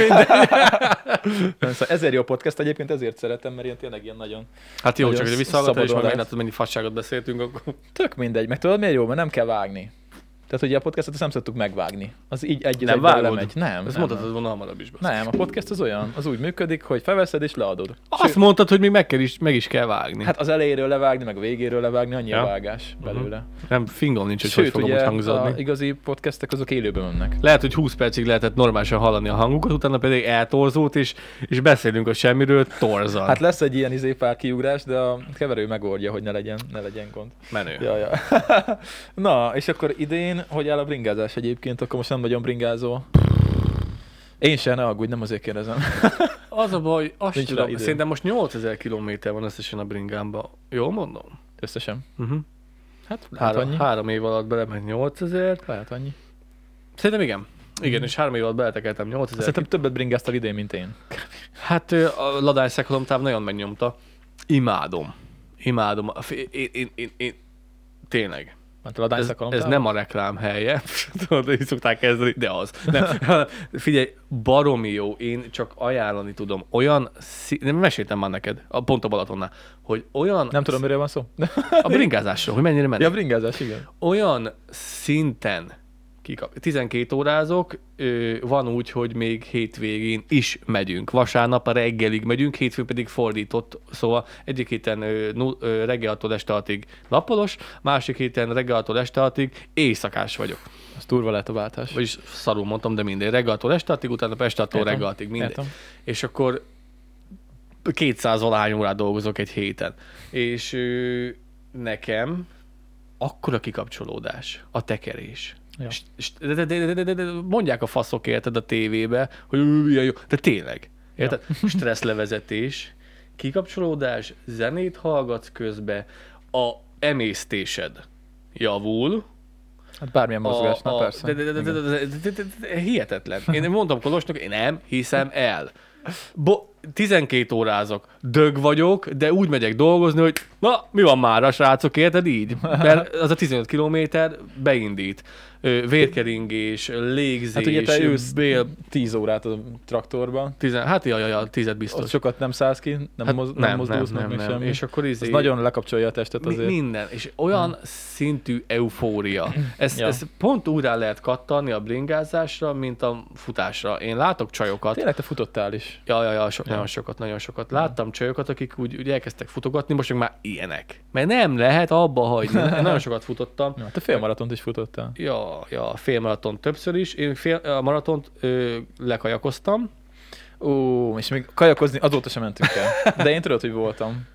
Speaker 1: Szóval 1000 jó podcast, egyébként ezért szeretem, mert ilyen tényleg ilyen nagyon...
Speaker 2: Hát jó, csak hogy visszahallgatod, és majd meglátod, mennyi fasságot beszéltünk, akkor...
Speaker 1: Tök mindegy, meg tudod miért jó, mert nem kell vágni. Tehát ugye a podcastot azt nem szoktuk megvágni. Az így egy lemegy. Nem.
Speaker 2: Ezt mondhatod volna hamarabb is.
Speaker 1: Nem, a podcast az olyan, az úgy működik, hogy felveszed és leadod.
Speaker 2: Azt mondtad, hogy még meg is kell vágni.
Speaker 1: Hát az elejéről levágni, meg a végéről levágni, annyi a vágás belőle.
Speaker 2: Nem, fingom nincs, hogy fogom úgy hangzani.
Speaker 1: A igazi podcastek azok élőben mennek.
Speaker 2: Lehet, hogy 20 percig lehetett normálisan hallani a hangukat, utána pedig eltorzult, és beszélünk a semmiről torzan.
Speaker 1: Hát lesz egy ilyen pár kiugrás, de a keverő megoldja, hogy ne legyen gond.
Speaker 2: Menő.
Speaker 1: Ja. Na, és akkor idén, hogy áll a bringázás egyébként, akkor most nem nagyon bringázol. Én sem, ne aggódj, nem azért kérdezem.
Speaker 2: Az a baj, azt tudom, szerintem most 8000 kilométer van összesen a bringámba. Jól mondom?
Speaker 1: Összesen? Hát
Speaker 2: 3 év alatt belement 8000.
Speaker 1: Lehet annyi.
Speaker 2: Szerintem igen. Igen, és 3 év alatt beletekeltem 8000.
Speaker 1: Szerintem többet bringáztál idén, mint én.
Speaker 2: Hát a ladány szekalomtáv nagyon megnyomta. Imádom. Én tényleg. Ez nem a reklám helye, tudod, így szokták kezdeni, de az. Nem. Figyelj, baromi jó, én csak ajánlani tudom. Olyan, nem meséltem már neked, pont a Balatonnál, hogy olyan...
Speaker 1: Nem tudom, miről van szó.
Speaker 2: A bringázásról, hogy mennyire mennek.
Speaker 1: Ja, bringázás, igen.
Speaker 2: Olyan szinten 12 órázok, van úgy, hogy még hétvégén is megyünk. Vasárnap a reggelig megyünk, hétfőn pedig fordított. Szóval egyik héten reggeltől este altig napolos, másik héten reggeltől este altig éjszakás vagyok.
Speaker 1: Az durva lehet a váltás.
Speaker 2: Vagyis szarul mondtam, de minden. Reggeltől este altig, utána estetől reggeltig, minden. És akkor 200 valahány órát dolgozok egy héten. És nekem akkora kikapcsolódás, a tekerés.
Speaker 1: Ja.
Speaker 2: De mondják a faszok, érted, a tévébe, hogy milyen jó, de tényleg, érted? Ja. Stresszlevezetés, kikapcsolódás, zenét hallgatsz közbe, a emésztésed javul.
Speaker 1: Hát bármilyen mozgásnál persze.
Speaker 2: Hihetetlen. Én mondtam Kolosnak, én nem hiszem el. 12 órázok, dög vagyok, de úgy megyek dolgozni, hogy na, mi van már a srácok, érted így? Mert az a 15 kilométer beindít. Vérkeringés, légzés,
Speaker 1: hát ugye te ülsz 10 órát a traktorban.
Speaker 2: 10 biztos.
Speaker 1: Ott sokat nem szállsz ki, nem mozdulsz meg semmi.
Speaker 2: És akkor
Speaker 1: ez nagyon lekapcsolja a testet azért.
Speaker 2: Minden. És olyan szintű eufória. Ezt pont úgy rá lehet kattani a bringázásra, mint a futásra. Én látok csajokat.
Speaker 1: Tényleg te futottál is.
Speaker 2: Nagyon sokat. Láttam csajokat, akik úgy elkezdtek futogatni, most már ilyenek. Mert nem lehet abba hagyni. Én nagyon sokat futottam.
Speaker 1: Te félmaratont is futottál.
Speaker 2: Ja, félmaraton többször is. Én a maratont lekajakoztam.
Speaker 1: És még kajakozni azóta sem mentünk el. De én tudod, hogy voltam.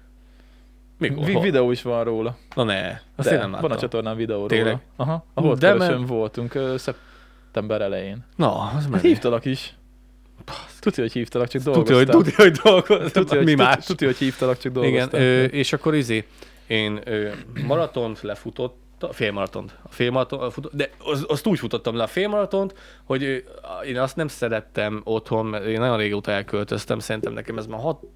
Speaker 1: Videó is van róla.
Speaker 2: Na ne, azt én nem láttam.
Speaker 1: Van a csatornán videó
Speaker 2: Tényleg?
Speaker 1: róla. Aha. A Holdkeresőn voltunk szeptember elején.
Speaker 2: Na, az
Speaker 1: hát hívtalak is. Tudja, hogy hívtalak, csak dolgoztál.
Speaker 2: Tudja, hogy dolgoztál. Mi más?
Speaker 1: Tudja, hogy hívtalak, csak dolgoztál.
Speaker 2: Igen, és akkor én maratont lefutottam, félmaratont, de azt úgy futottam le a félmaratont, hogy én azt nem szerettem otthon, mert én nagyon régóta elköltöztem, szerintem nekem ez már 6.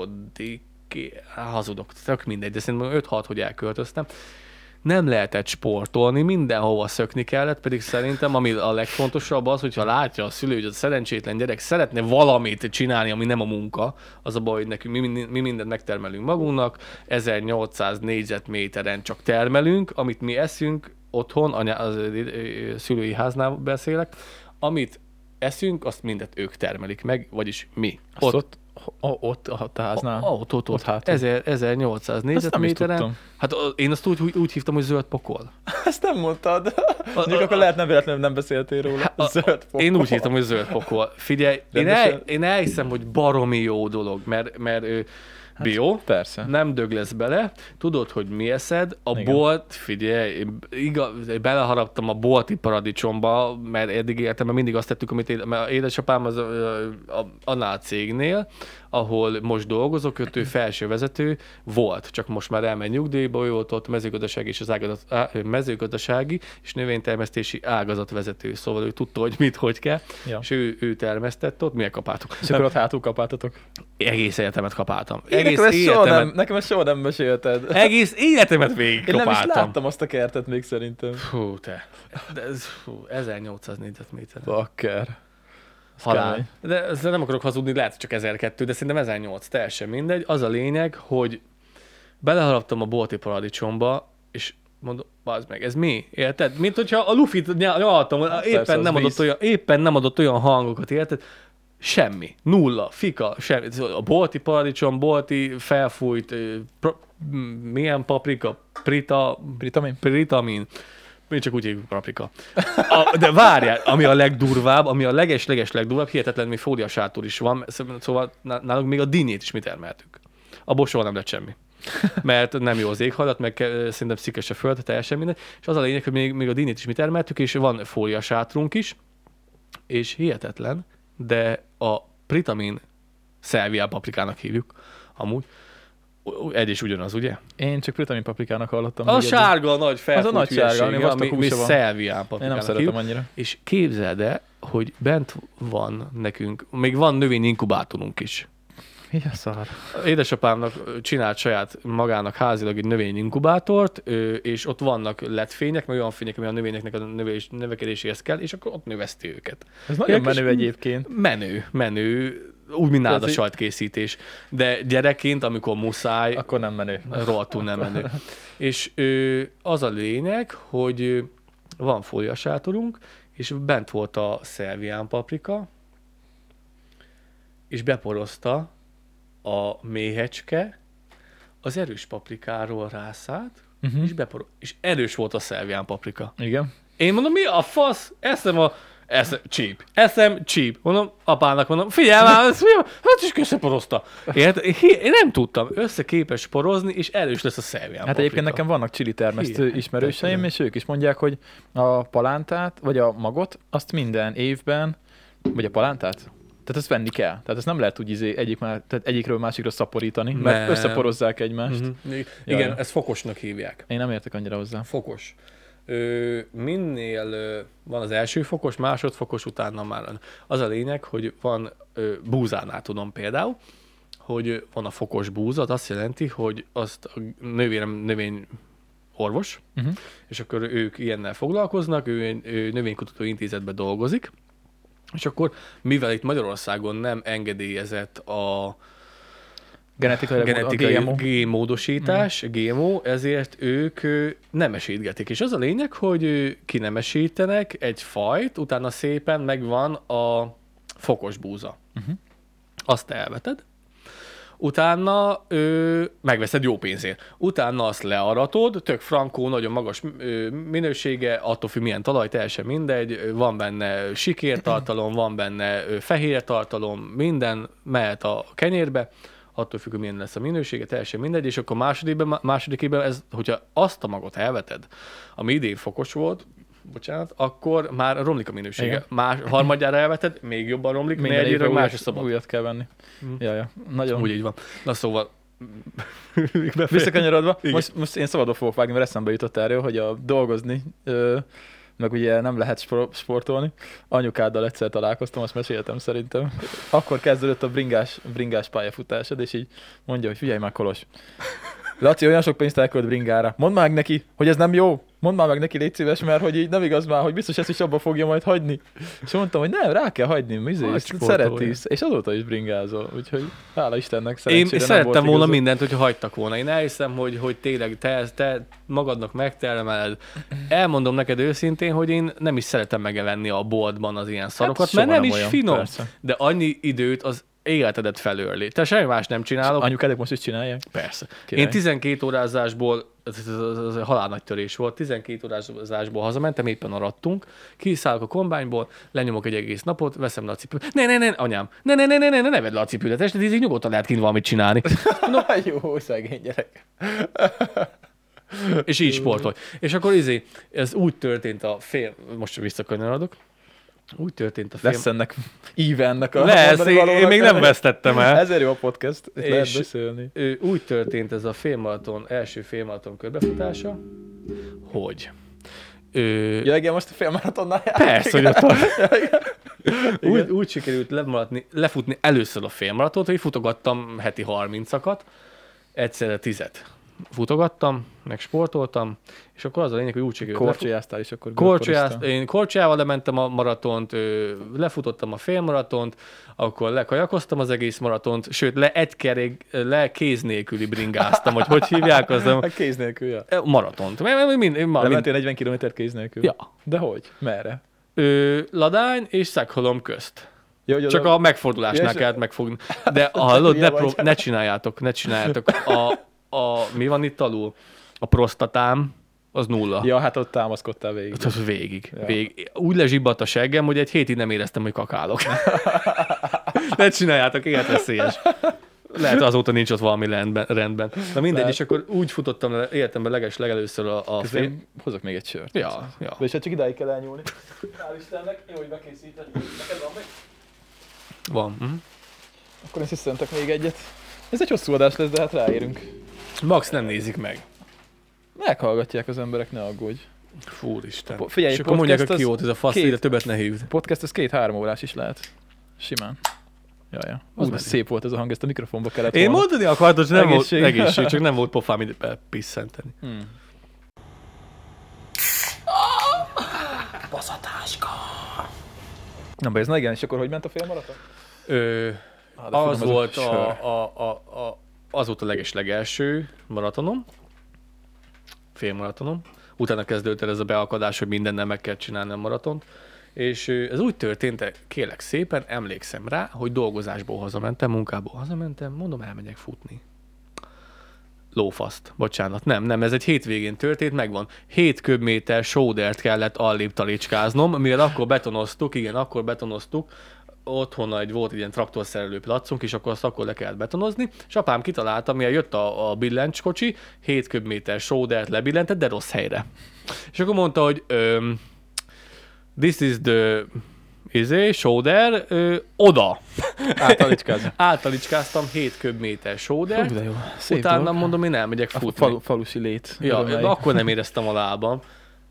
Speaker 2: hazudok, tök mindegy, de szerintem 5-6, hogy elköltöztem. Nem lehetett sportolni, mindenhova szökni kellett, pedig szerintem ami a legfontosabb az, hogyha látja a szülő, hogy a szerencsétlen gyerek szeretne valamit csinálni, ami nem a munka, az a baj, hogy nekünk mi mindent megtermelünk magunknak, 1800 négyzetméteren csak termelünk, amit mi eszünk otthon, az szülői háznál beszélek, amit eszünk, azt mindet ők termelik meg, vagyis mi.
Speaker 1: Ott a háznál?
Speaker 2: Ott hát. 1800 négyzetméteren. Hát én azt úgy hívtam, hogy zöld pokol.
Speaker 1: Ezt nem mondtad. Mondjuk akkor lehet nem véletlenül nem beszéltél róla. Zöld pokol.
Speaker 2: Én úgy hívtam, hogy zöld pokol. Figyelj, én elhiszem, hogy baromi jó dolog, mert bio,
Speaker 1: persze.
Speaker 2: Nem dög lesz bele, tudod, hogy mi eszed, a bolt, figyelj, beleharaptam a bolti paradicsomba, mert eddig életemben mindig azt tettük, amit mert édesapám az annál a cégnél, ahol most dolgozok, ő felsővezető volt, csak most már elmegy nyugdíjba, ő volt ott mezőgazdasági és növénytermesztési ágazatvezető, szóval ő tudta, hogy mit, hogy kell, és ő termesztett ott, milyen kapáltuk.
Speaker 1: És akkor ott hátul kapáltatok?
Speaker 2: Egész életemet kapáltam.
Speaker 1: Nekem ezt soha nem mesélted.
Speaker 2: Egész életemet végig kapáltam.
Speaker 1: Én nem is láttam azt a kertet még szerintem.
Speaker 2: De ez 1800 négyzetméter.
Speaker 1: Bakker.
Speaker 2: Halál. De ezzel nem akarok hazudni, lehet csak 1002, de szerintem 1008, teljesen mindegy. Az a lényeg, hogy beleharaptam a bolti paradicsomba, és mondom, bazd meg, ez mi? Érted? Mint hogyha a Lufit nyaltam, éppen nem adott olyan hangokat, érted? Semmi. Nulla. Fika. Semmi. A bolti paradicsom, bolti felfújt, milyen paprika? Pritamin. Én csak úgy hívjuk paprika. De várjál, ami a legdurvább, ami a leges legdurvább, hihetetlen, még fóliasátor is van, szóval nálunk még a dinnyét is mi termeltük. Abból soha nem lett semmi. Mert nem jó az éghajlat, meg szerintem szikes a föld, teljesen mindegy. És az a lényeg, hogy még a dinnyét is mi termeltük, és van fóliasátrunk is, és hihetetlen, de a pritamin Szelviá paprikának hívjuk, amúgy. Egy is ugyanaz, ugye?
Speaker 1: Én csak pritamin paprikának hallottam.
Speaker 2: A sárga, a nagy felfújt
Speaker 1: az a nagy sárga,
Speaker 2: ami Szelviá paprikának.
Speaker 1: Én nem szeretem annyira.
Speaker 2: És képzeld el, hogy bent van nekünk, még van növényinkubátorunk is.
Speaker 1: Mi a szar?
Speaker 2: Édesapámnak csinált saját magának házilag egy növényinkubátort, és ott vannak LED-fények, meg olyan fények, ami a növényeknek a növekedéséhez kell, és akkor ott növeszti őket.
Speaker 1: Ez nagyon menő egyébként.
Speaker 2: Menő. Úgy, mint nálad a sajtkészítés. De gyerekként, amikor muszáj...
Speaker 1: Akkor nem menő.
Speaker 2: Rohadtul nem menő. És az a lényeg, hogy van fóliasátorunk, és bent volt a szelvián paprika, és beporozta a méhecske, az erős paprikáról rászállt, és erős volt a szelvián paprika.
Speaker 1: Igen.
Speaker 2: Én mondom, mi a fasz? Eszem cheap. Mondom, apának mondom, figyelj már, hát is összeporozta. Én nem tudtam, összeképes porozni, és erős lesz a szelvián paprika.
Speaker 1: Hát egyébként nekem vannak chili termesztő ismerőseim, és ők is mondják, hogy a palántát, vagy a magot, azt minden évben, vagy a palántát? Tehát ezt venni kell. Tehát ezt nem lehet úgy tehát egyikről másikra szaporítani, mert összeporozzák egymást.
Speaker 2: Igen, ezt fokosnak hívják.
Speaker 1: Én nem értek annyira hozzá.
Speaker 2: Fokos. Minél van az első fokos, másodfokos, utána már az a lényeg, hogy van búzánál tudom például, hogy van a fokos búza, az azt jelenti, hogy azt a növény orvos, és akkor ők ilyennel foglalkoznak, ő növénykutató intézetben dolgozik, és akkor mivel itt Magyarországon nem engedélyezett a genetikai génmódosítás, GMO, ezért ők nemesítgetik. És az a lényeg, hogy kinemesítenek egy fajt, utána szépen megvan a fokos búza. Azt elveted, utána megveszed jó pénzért. Utána azt learatod, tök frankó, nagyon magas minősége, attól függ milyen talaj, teljesen mindegy, van benne sikértartalom, van benne fehértartalom, minden mehet a kenyérbe, attól függ, hogy milyen lesz a minősége, teljesen mindegy, és akkor másodikében ez, hogyha azt a magot elveted, ami idén fokos volt, akkor már romlik a minősége. Harmadjára elveted, még jobban romlik, negyedjére más a szabad.
Speaker 1: Újat kell venni. Ja. Nagyon.
Speaker 2: Úgy így van. Na szóval...
Speaker 1: Visszakanyarodva, most én szabadon fogok vágni, mert eszembe jutott erről, hogy dolgozni, meg ugye nem lehet sportolni. Anyukáddal egyszer találkoztam, azt meséltem szerintem. Akkor kezdődött a bringás pályafutásod, és így mondja, hogy figyelj már Kolos, Laci olyan sok pénzt elkölt bringára. Mondd már neki, hogy ez nem jó. Mondd már meg neki, légy szíves, mert hogy így nem igaz már, hogy biztos ezt is abba fogja majd hagyni. És mondtam, hogy nem, rá kell hagyni, szereti, és azóta is bringázol. Úgyhogy hála Istennek, szerencsére
Speaker 2: én szerettem volna mindent, hogyha hagytak volna. Én elhiszem, hogy tényleg te magadnak megtermeled. Elmondom neked őszintén, hogy én nem is szeretem megevenni a boltban az ilyen szarokat, mert nem is olyan, finom. Persze. De annyi időt az életedet felőrli. Te semmi más nem csinálok.
Speaker 1: Anyukádek most is csinálják?
Speaker 2: Persze. Király. Én 12 órázásból, ez halál nagy törés volt, 12 órázásból hazamentem, éppen arattunk, kiszállok a kombányból, lenyomok egy egész napot, veszem le a cipőt. Ne, anyám, ne vedd le a cipődet, este 10-ig nyugodtan lehet kint valamit csinálni.
Speaker 1: No, jó, szegény gyerek.
Speaker 2: És így sportolj. És akkor ez úgy történt most visszakanyarodok, úgy történt a film.
Speaker 1: Lesz ennek ennek a
Speaker 2: lesz, én még nem vesztettem el.
Speaker 1: Ezért jó a podcast, és lehet beszélni.
Speaker 2: Úgy történt ez a első félmaraton körbefutása, hogy...
Speaker 1: Ja, igen, most a félmaratonnál járok.
Speaker 2: Persze, hogy úgy sikerült lefutni először a félmaratont, hogy futogattam heti 30-akat, egyszerre 10-et. Futogattam, meg sportoltam, és akkor az a lényeg, hogy úgy sikerült.
Speaker 1: Korcsolyáztál is akkor.
Speaker 2: Én korcsolyával lementem a maratont, lefutottam a félmaratont, akkor lekajakoztam az egész maratont, sőt, le kéz nélküli bringáztam, hogy hívják az a...
Speaker 1: Kéz nélkül, ja.
Speaker 2: Maratont.
Speaker 1: Lementél 40 kilométert kéz nélkül?
Speaker 2: Ja.
Speaker 1: De hogy? Merre?
Speaker 2: Ladány és Szeghalom közt.
Speaker 1: Ja,
Speaker 2: csak a megfordulásnál kellett megfogni. De hallod, ne csináljátok. Mi van itt alul? A prostatám, az 0.
Speaker 1: Ja, hát ott támaszkodtál végig.
Speaker 2: Az végig. Úgy lezsibbadt a seggem, hogy egy hétig nem éreztem, hogy kakálok. Ne csináljátok, életveszélyes. Lehet azóta nincs ott valami rendben. Na mindegy, és akkor úgy futottam életemben legelőször a film.
Speaker 1: Hozok még egy sört.
Speaker 2: Ja.
Speaker 1: És hát csak idáig kell elnyúlni. Hál' Istennek, jó, hogy bekészített. Neked van még?
Speaker 2: Van.
Speaker 1: Akkor én sziszentek még egyet. Ez egy hosszú adás lesz, de hát ráérünk.
Speaker 2: Max nem nézik meg.
Speaker 1: Meghallgatják az emberek, ne aggódj.
Speaker 2: Fúristen.
Speaker 1: Figyelj,
Speaker 2: és akkor mondják, hogy ki volt ez a fasz, ide többet ne hívd.
Speaker 1: Podcast, ez 2-3 órás is lehet. Simán. Jaja. Szép volt ez a hang, ezt a mikrofonba kellett
Speaker 2: volna. Én mondani akartam, hogy nem volt egészség, csak nem volt pofám ide pisszenteni.
Speaker 1: Baszatáska! Na, ez igen, és akkor hogy ment a félmaraton?
Speaker 2: Az volt az volt a legeslegelső maratonom, félmaratonom. Utána kezdődött el ez a beakadás, hogy mindennel meg kell csinálni a maratont. És ez úgy történt, kérlek szépen, emlékszem rá, hogy dolgozásból hazamentem, munkából hazamentem, mondom, elmegyek futni. Lófaszt. Bocsánat, nem, ez egy hétvégén történt, megvan. 7 köbméter sódert kellett allébb talicskáznom, mivel akkor betonoztuk, otthon volt egy ilyen traktorszerelő placunk, és akkor azt akkor le kellett betonozni, és apám kitalálta, mire jött a billencskocsi, 7 köbméter sódert lebillentett, de rossz helyre. És akkor mondta, hogy this is the shoulder, oda.
Speaker 1: Általicskáztam.
Speaker 2: 7 köbméter shoulder.
Speaker 1: De jó. Szép
Speaker 2: Utána
Speaker 1: dolog.
Speaker 2: mondom, én elmegyek futni.
Speaker 1: Falusi lét.
Speaker 2: Ja, de akkor nem éreztem a lábam.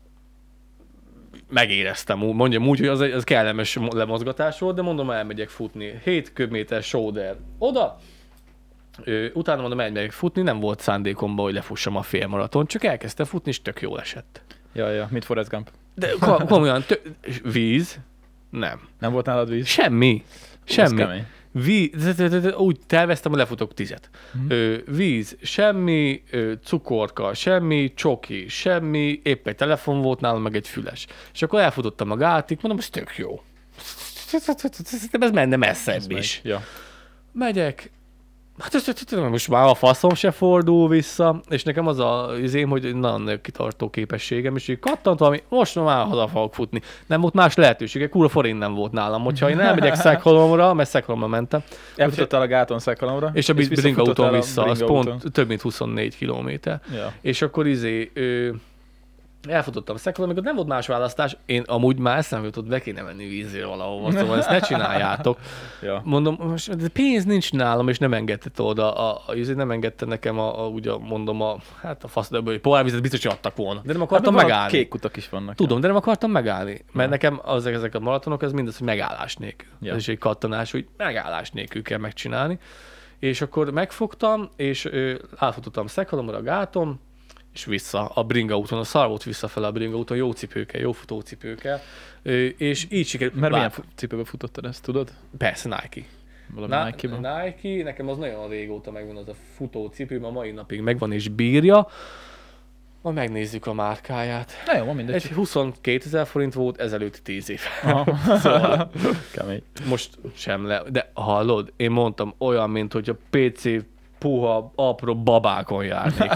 Speaker 2: Megéreztem, mondjam úgy, hogy az kellemes lemozgatás volt, de mondom, elmegyek futni. 7 köbméter shoulder oda. Utána mondom, elmegyek futni, nem volt szándékomban, hogy lefussam a félmaraton, csak elkezdtem futni, és tök jól esett.
Speaker 1: Ja, mint Forrest Gump.
Speaker 2: De komolyan, víz? Nem.
Speaker 1: Nem volt nálad víz?
Speaker 2: Semmi.
Speaker 1: Kemény.
Speaker 2: Úgy terveztem, hogy lefutok 10-et. Víz, semmi, cukorka, semmi, csoki, semmi, épp egy telefon volt nálam, meg egy füles. És akkor elfutottam a gátig, mondom, ez tök jó. Ez menne messzebb is.
Speaker 1: Ja.
Speaker 2: Megyek, hát most már a faszom se fordul vissza, és nekem az az izém, hogy nagyon kitartó képességem, és így kattant valami, most már haza fogok futni. Nem volt más lehetősége, kurva forint nem volt nálam, hogyha én elmegyek Szekhalomra, mert Szekhalomra mentem.
Speaker 1: Elfutottál a gáton Szekhalomra?
Speaker 2: És a bringa úton vissza, az pont több mint 24 kilométer.
Speaker 1: Ja.
Speaker 2: És akkor elfutottam a Szekhalomra, amikor nem volt más választás, én amúgy már eszembe jutott, be kéne menni vízre valahova, szóval ezt ne csináljátok.
Speaker 1: Ja.
Speaker 2: Mondom, most de pénz nincs nálam, és nem engedte oda, nem engedte nekem a faszadból, pohárvizet biztos, hogy adtak volna. De nem akartam megállni.
Speaker 1: Kék kutak is vannak.
Speaker 2: Tudom, de nem akartam megállni, mert nekem ezek a maratonok, ez mindaz, hogy megállás nélkül. Ja. Ez is egy kattanás, hogy megállás nélkül kell megcsinálni. És akkor megfogtam, és átfutottam Szekhalomra a gáton, és vissza a bringa úton, a szar volt visszafele a bringa úton, jó cipőkkel, jó futócipőkkel, és így sikerült.
Speaker 1: Mert milyen cipőbe futottad ezt, tudod?
Speaker 2: Persze, Nike.
Speaker 1: Nike,
Speaker 2: nekem az nagyon régóta megvan az a futócipő, a mai napig megvan és bírja. Ma megnézzük a márkáját.
Speaker 1: Na jó, mindegy.
Speaker 2: Egy 22 000 forint volt ezelőtt 10 év.
Speaker 1: Szóval, kemény.
Speaker 2: Most sem de hallod, én mondtam olyan, mint hogy a PC puha, apró babákon járnék.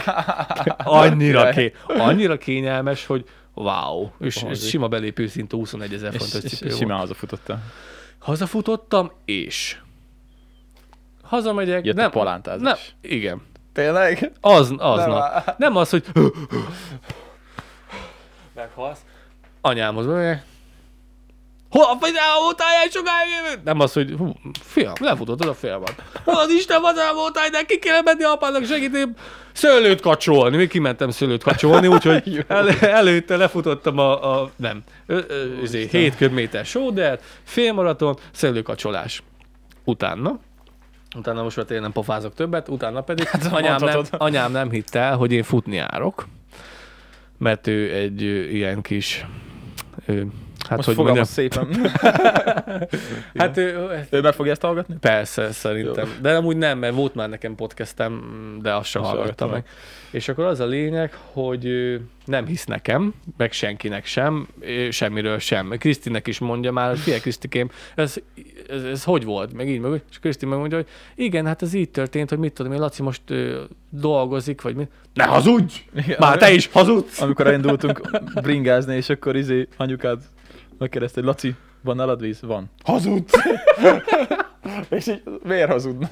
Speaker 2: Annyira kényelmes, hogy wow. És sima belépő szintű 21 000 forintos cipő volt.
Speaker 1: Simán hazafutottál.
Speaker 2: Hazafutottam, és hazamegyek.
Speaker 1: Jött a palántázás.
Speaker 2: Nem, igen.
Speaker 1: Tényleg?
Speaker 2: Nem az, hogy meghalsz. Anyámhoz megyek. Hol a fegyelme voltál ilyen sokáig? Nem az, hogy fiam, lefutottad a filmet. Hol az Isten vazán voltál, de ki kéne menni apának segíteni szőlőt kacsolni. Még kimentem szőlőt kacsolni, úgyhogy előtte lefutottam a 7 köbméter shoulder, félmaraton, szőlőkacsolás. Utána most már tényleg nem pofázok többet, utána pedig anyám nem hitte el, hogy én futni járok, mert ő egy ilyen kis... Hát,
Speaker 1: most
Speaker 2: hogy
Speaker 1: fogalmaz szépen.
Speaker 2: Hát
Speaker 1: ő meg fogja ezt hallgatni?
Speaker 2: Persze, szerintem. Jó. De amúgy nem, mert volt már nekem podcastem, de azt sem hallgattam meg. És akkor az a lényeg, hogy nem hisz nekem, meg senkinek sem, semmiről sem. Krisztinek is mondja már, hogy figyelj Krisztikém, ez hogy volt? Meg így, meg úgy. És Kriszti megmondja, hogy igen, hát ez így történt, hogy mit tudom én, Laci most dolgozik, vagy mit. Ne hazudj! Igen, már te is hazudsz!
Speaker 1: Amikor elindultunk bringázni, és akkor anyukád megkérdezte, hogy Laci, van nálad víz? Van. Hazudsz! És így, miért hazudna?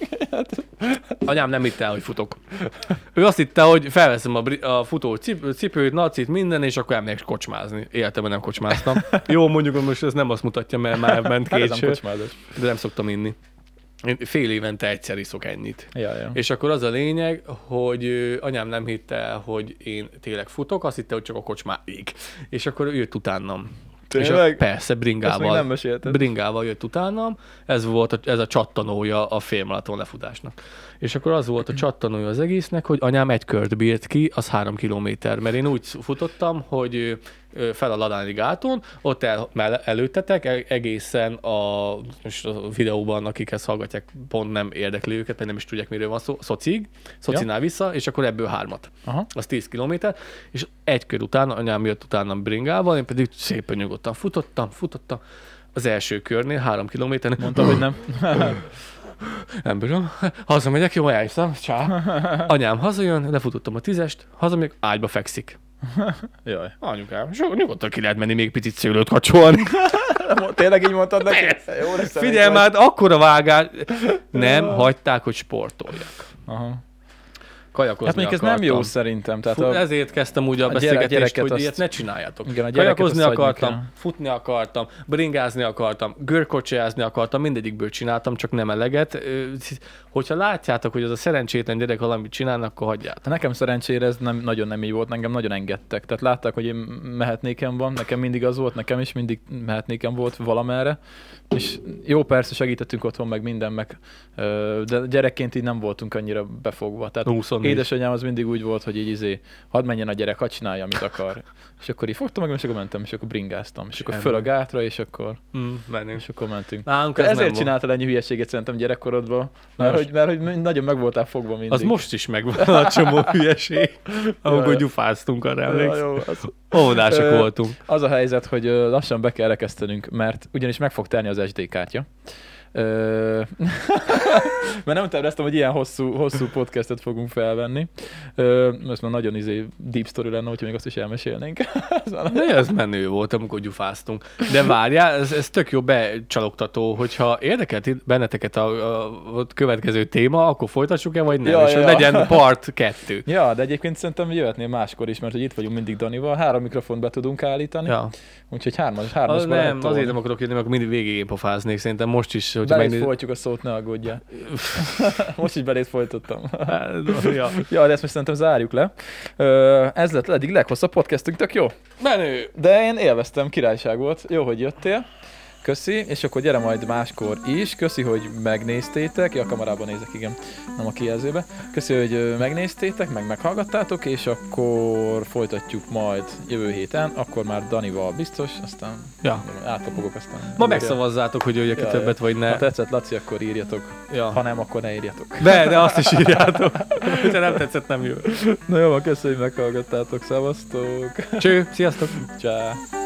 Speaker 2: Anyám nem hitte el, hogy futok. Ő azt hitte, hogy felveszem a futó cipőt, nacit, minden, és akkor elmegyek kocsmázni. Életemben nem kocsmáztam. Jó, mondjuk, hogy most ez nem azt mutatja, mert már ment két sör, de nem szoktam inni. Én fél évente egyszer iszok ennyit.
Speaker 1: Ja.
Speaker 2: És akkor az a lényeg, hogy anyám nem hitte el, hogy én tényleg futok, azt hitte, hogy csak a kocsmáig. És akkor ő jött utánam. Persze, bringával jött utánam, ez volt ez a csattanója a félmaraton lefutásnak. És akkor az volt a csattanója az egésznek, hogy anyám egy kört bírt ki, az 3 kilométer, mert én úgy futottam, hogy fel a Ladáni gáton, ott előttetek egészen a videóban, akik ezt hallgatják, pont nem érdekli őket, mert nem is tudják, miről van szó, Szocinál vissza, és akkor ebből 3.
Speaker 1: Aha.
Speaker 2: Az 10 kilométer, és egy kör után anyám jött utánam bringával, én pedig szépen nyugodtan futottam, az első körnél 3 kilométernél.
Speaker 1: Mondtam, hogy nem.
Speaker 2: Nem bírom. Hazamegyek, jó, elhiszem, csá. Anyám hazajön, lefutottam a 10-est, hazamegyek, ágyba fekszik.
Speaker 1: Jaj.
Speaker 2: Anyukám, nyugodtan ki lehet menni még picit szőlőt kacsolni.
Speaker 1: Tényleg így mondtad neki?
Speaker 2: Jó, figyelj már, akkora vágás. Nem hagyták, hogy sportoljak.
Speaker 1: Aha.
Speaker 2: kajakozni
Speaker 1: Hát mondjuk ez nem jó szerintem. Tehát
Speaker 2: ezért kezdtem úgy a beszélgetést, hogy ilyet ne csináljátok.
Speaker 1: Igen,
Speaker 2: kajakozni akartam, futni akartam, bringázni akartam, görkocsiázni akartam, mindegyikből csináltam, csak nem eleget. Hogyha látjátok, hogy az a szerencsétlen gyerek valamit csinálnak, akkor hagyjátok.
Speaker 1: Nekem szerencsére ez nagyon nem így volt, engem nagyon engedtek. Tehát látták, hogy én mehetnékem van, nekem mindig az volt, nekem is mindig mehetnékem volt valamerre. És jó, persze segítettünk otthon meg minden, meg, de gyerekként így nem voltunk annyira befogva. Tehát
Speaker 2: 24.
Speaker 1: édesanyám az mindig úgy volt, hogy így hadd menjen a gyerek, hadd csinálja, amit akar. És akkor így fogtam meg, és akkor mentem, és akkor bringáztam. És akkor föl a gátra, és akkor mentünk. Ezért csináltál ennyi hülyeséget szerintem gyerekkorodban, mert hogy nagyon meg voltál fogva mindig.
Speaker 2: Az most is megvan a csomó hülyeség, amikor gyufáztunk, arra emlékszem. Óvodások voltunk.
Speaker 1: Az a helyzet, hogy lassan be kell rekesztenünk, mert ugyanis meg fog telni az SD kártya. Mert nem terveztem, hogy ilyen hosszú podcastet fogunk felvenni. Ez már nagyon deep story lenne, hogyha még azt is elmesélnénk.
Speaker 2: De ez menő volt, amikor gyufáztunk. De várjál, ez tök jó becsalogtató, hogyha érdekelt benneteket a következő téma, akkor folytassuk-e, vagy nem? És legyen part 2.
Speaker 1: Ja, de egyébként szerintem jöhetnél máskor is, mert hogy itt vagyunk mindig Danival, 3 mikrofont be tudunk állítani. Ja. Úgyhogy 3-as
Speaker 2: nem, azért nem akarok jönni, mert mindig végig pofáznék, szerintem most is.
Speaker 1: Belét folytjuk a szót, ne aggódjál. Most is belét folytottam. Ja, de ezt most szerintem zárjuk le. Ez lett eddig leghosszabb podcastünk, tök jó.
Speaker 2: Menő!
Speaker 1: De én élveztem, királyság volt. Jó, hogy jöttél. Köszi, és akkor gyere majd máskor is. Köszi, hogy megnéztétek. Ja, a kamerában nézek, igen, nem a kijelzőbe. Köszi, hogy megnéztétek, meg meghallgattátok, és akkor folytatjuk majd jövő héten. Akkor már Danival biztos, aztán átkapogok, aztán...
Speaker 2: Ma megszavazzátok, hogy jöjjek többet, vagy ne.
Speaker 1: Ha tetszett, Laci, akkor írjatok. Ja. Ha nem, akkor ne írjatok.
Speaker 2: De azt is írjátok. Ha nem tetszett, nem jön.
Speaker 1: Na jó, köszönjük, hogy meghallgattátok. Szevasztok.
Speaker 2: Cső, sziasztok.
Speaker 1: Csá.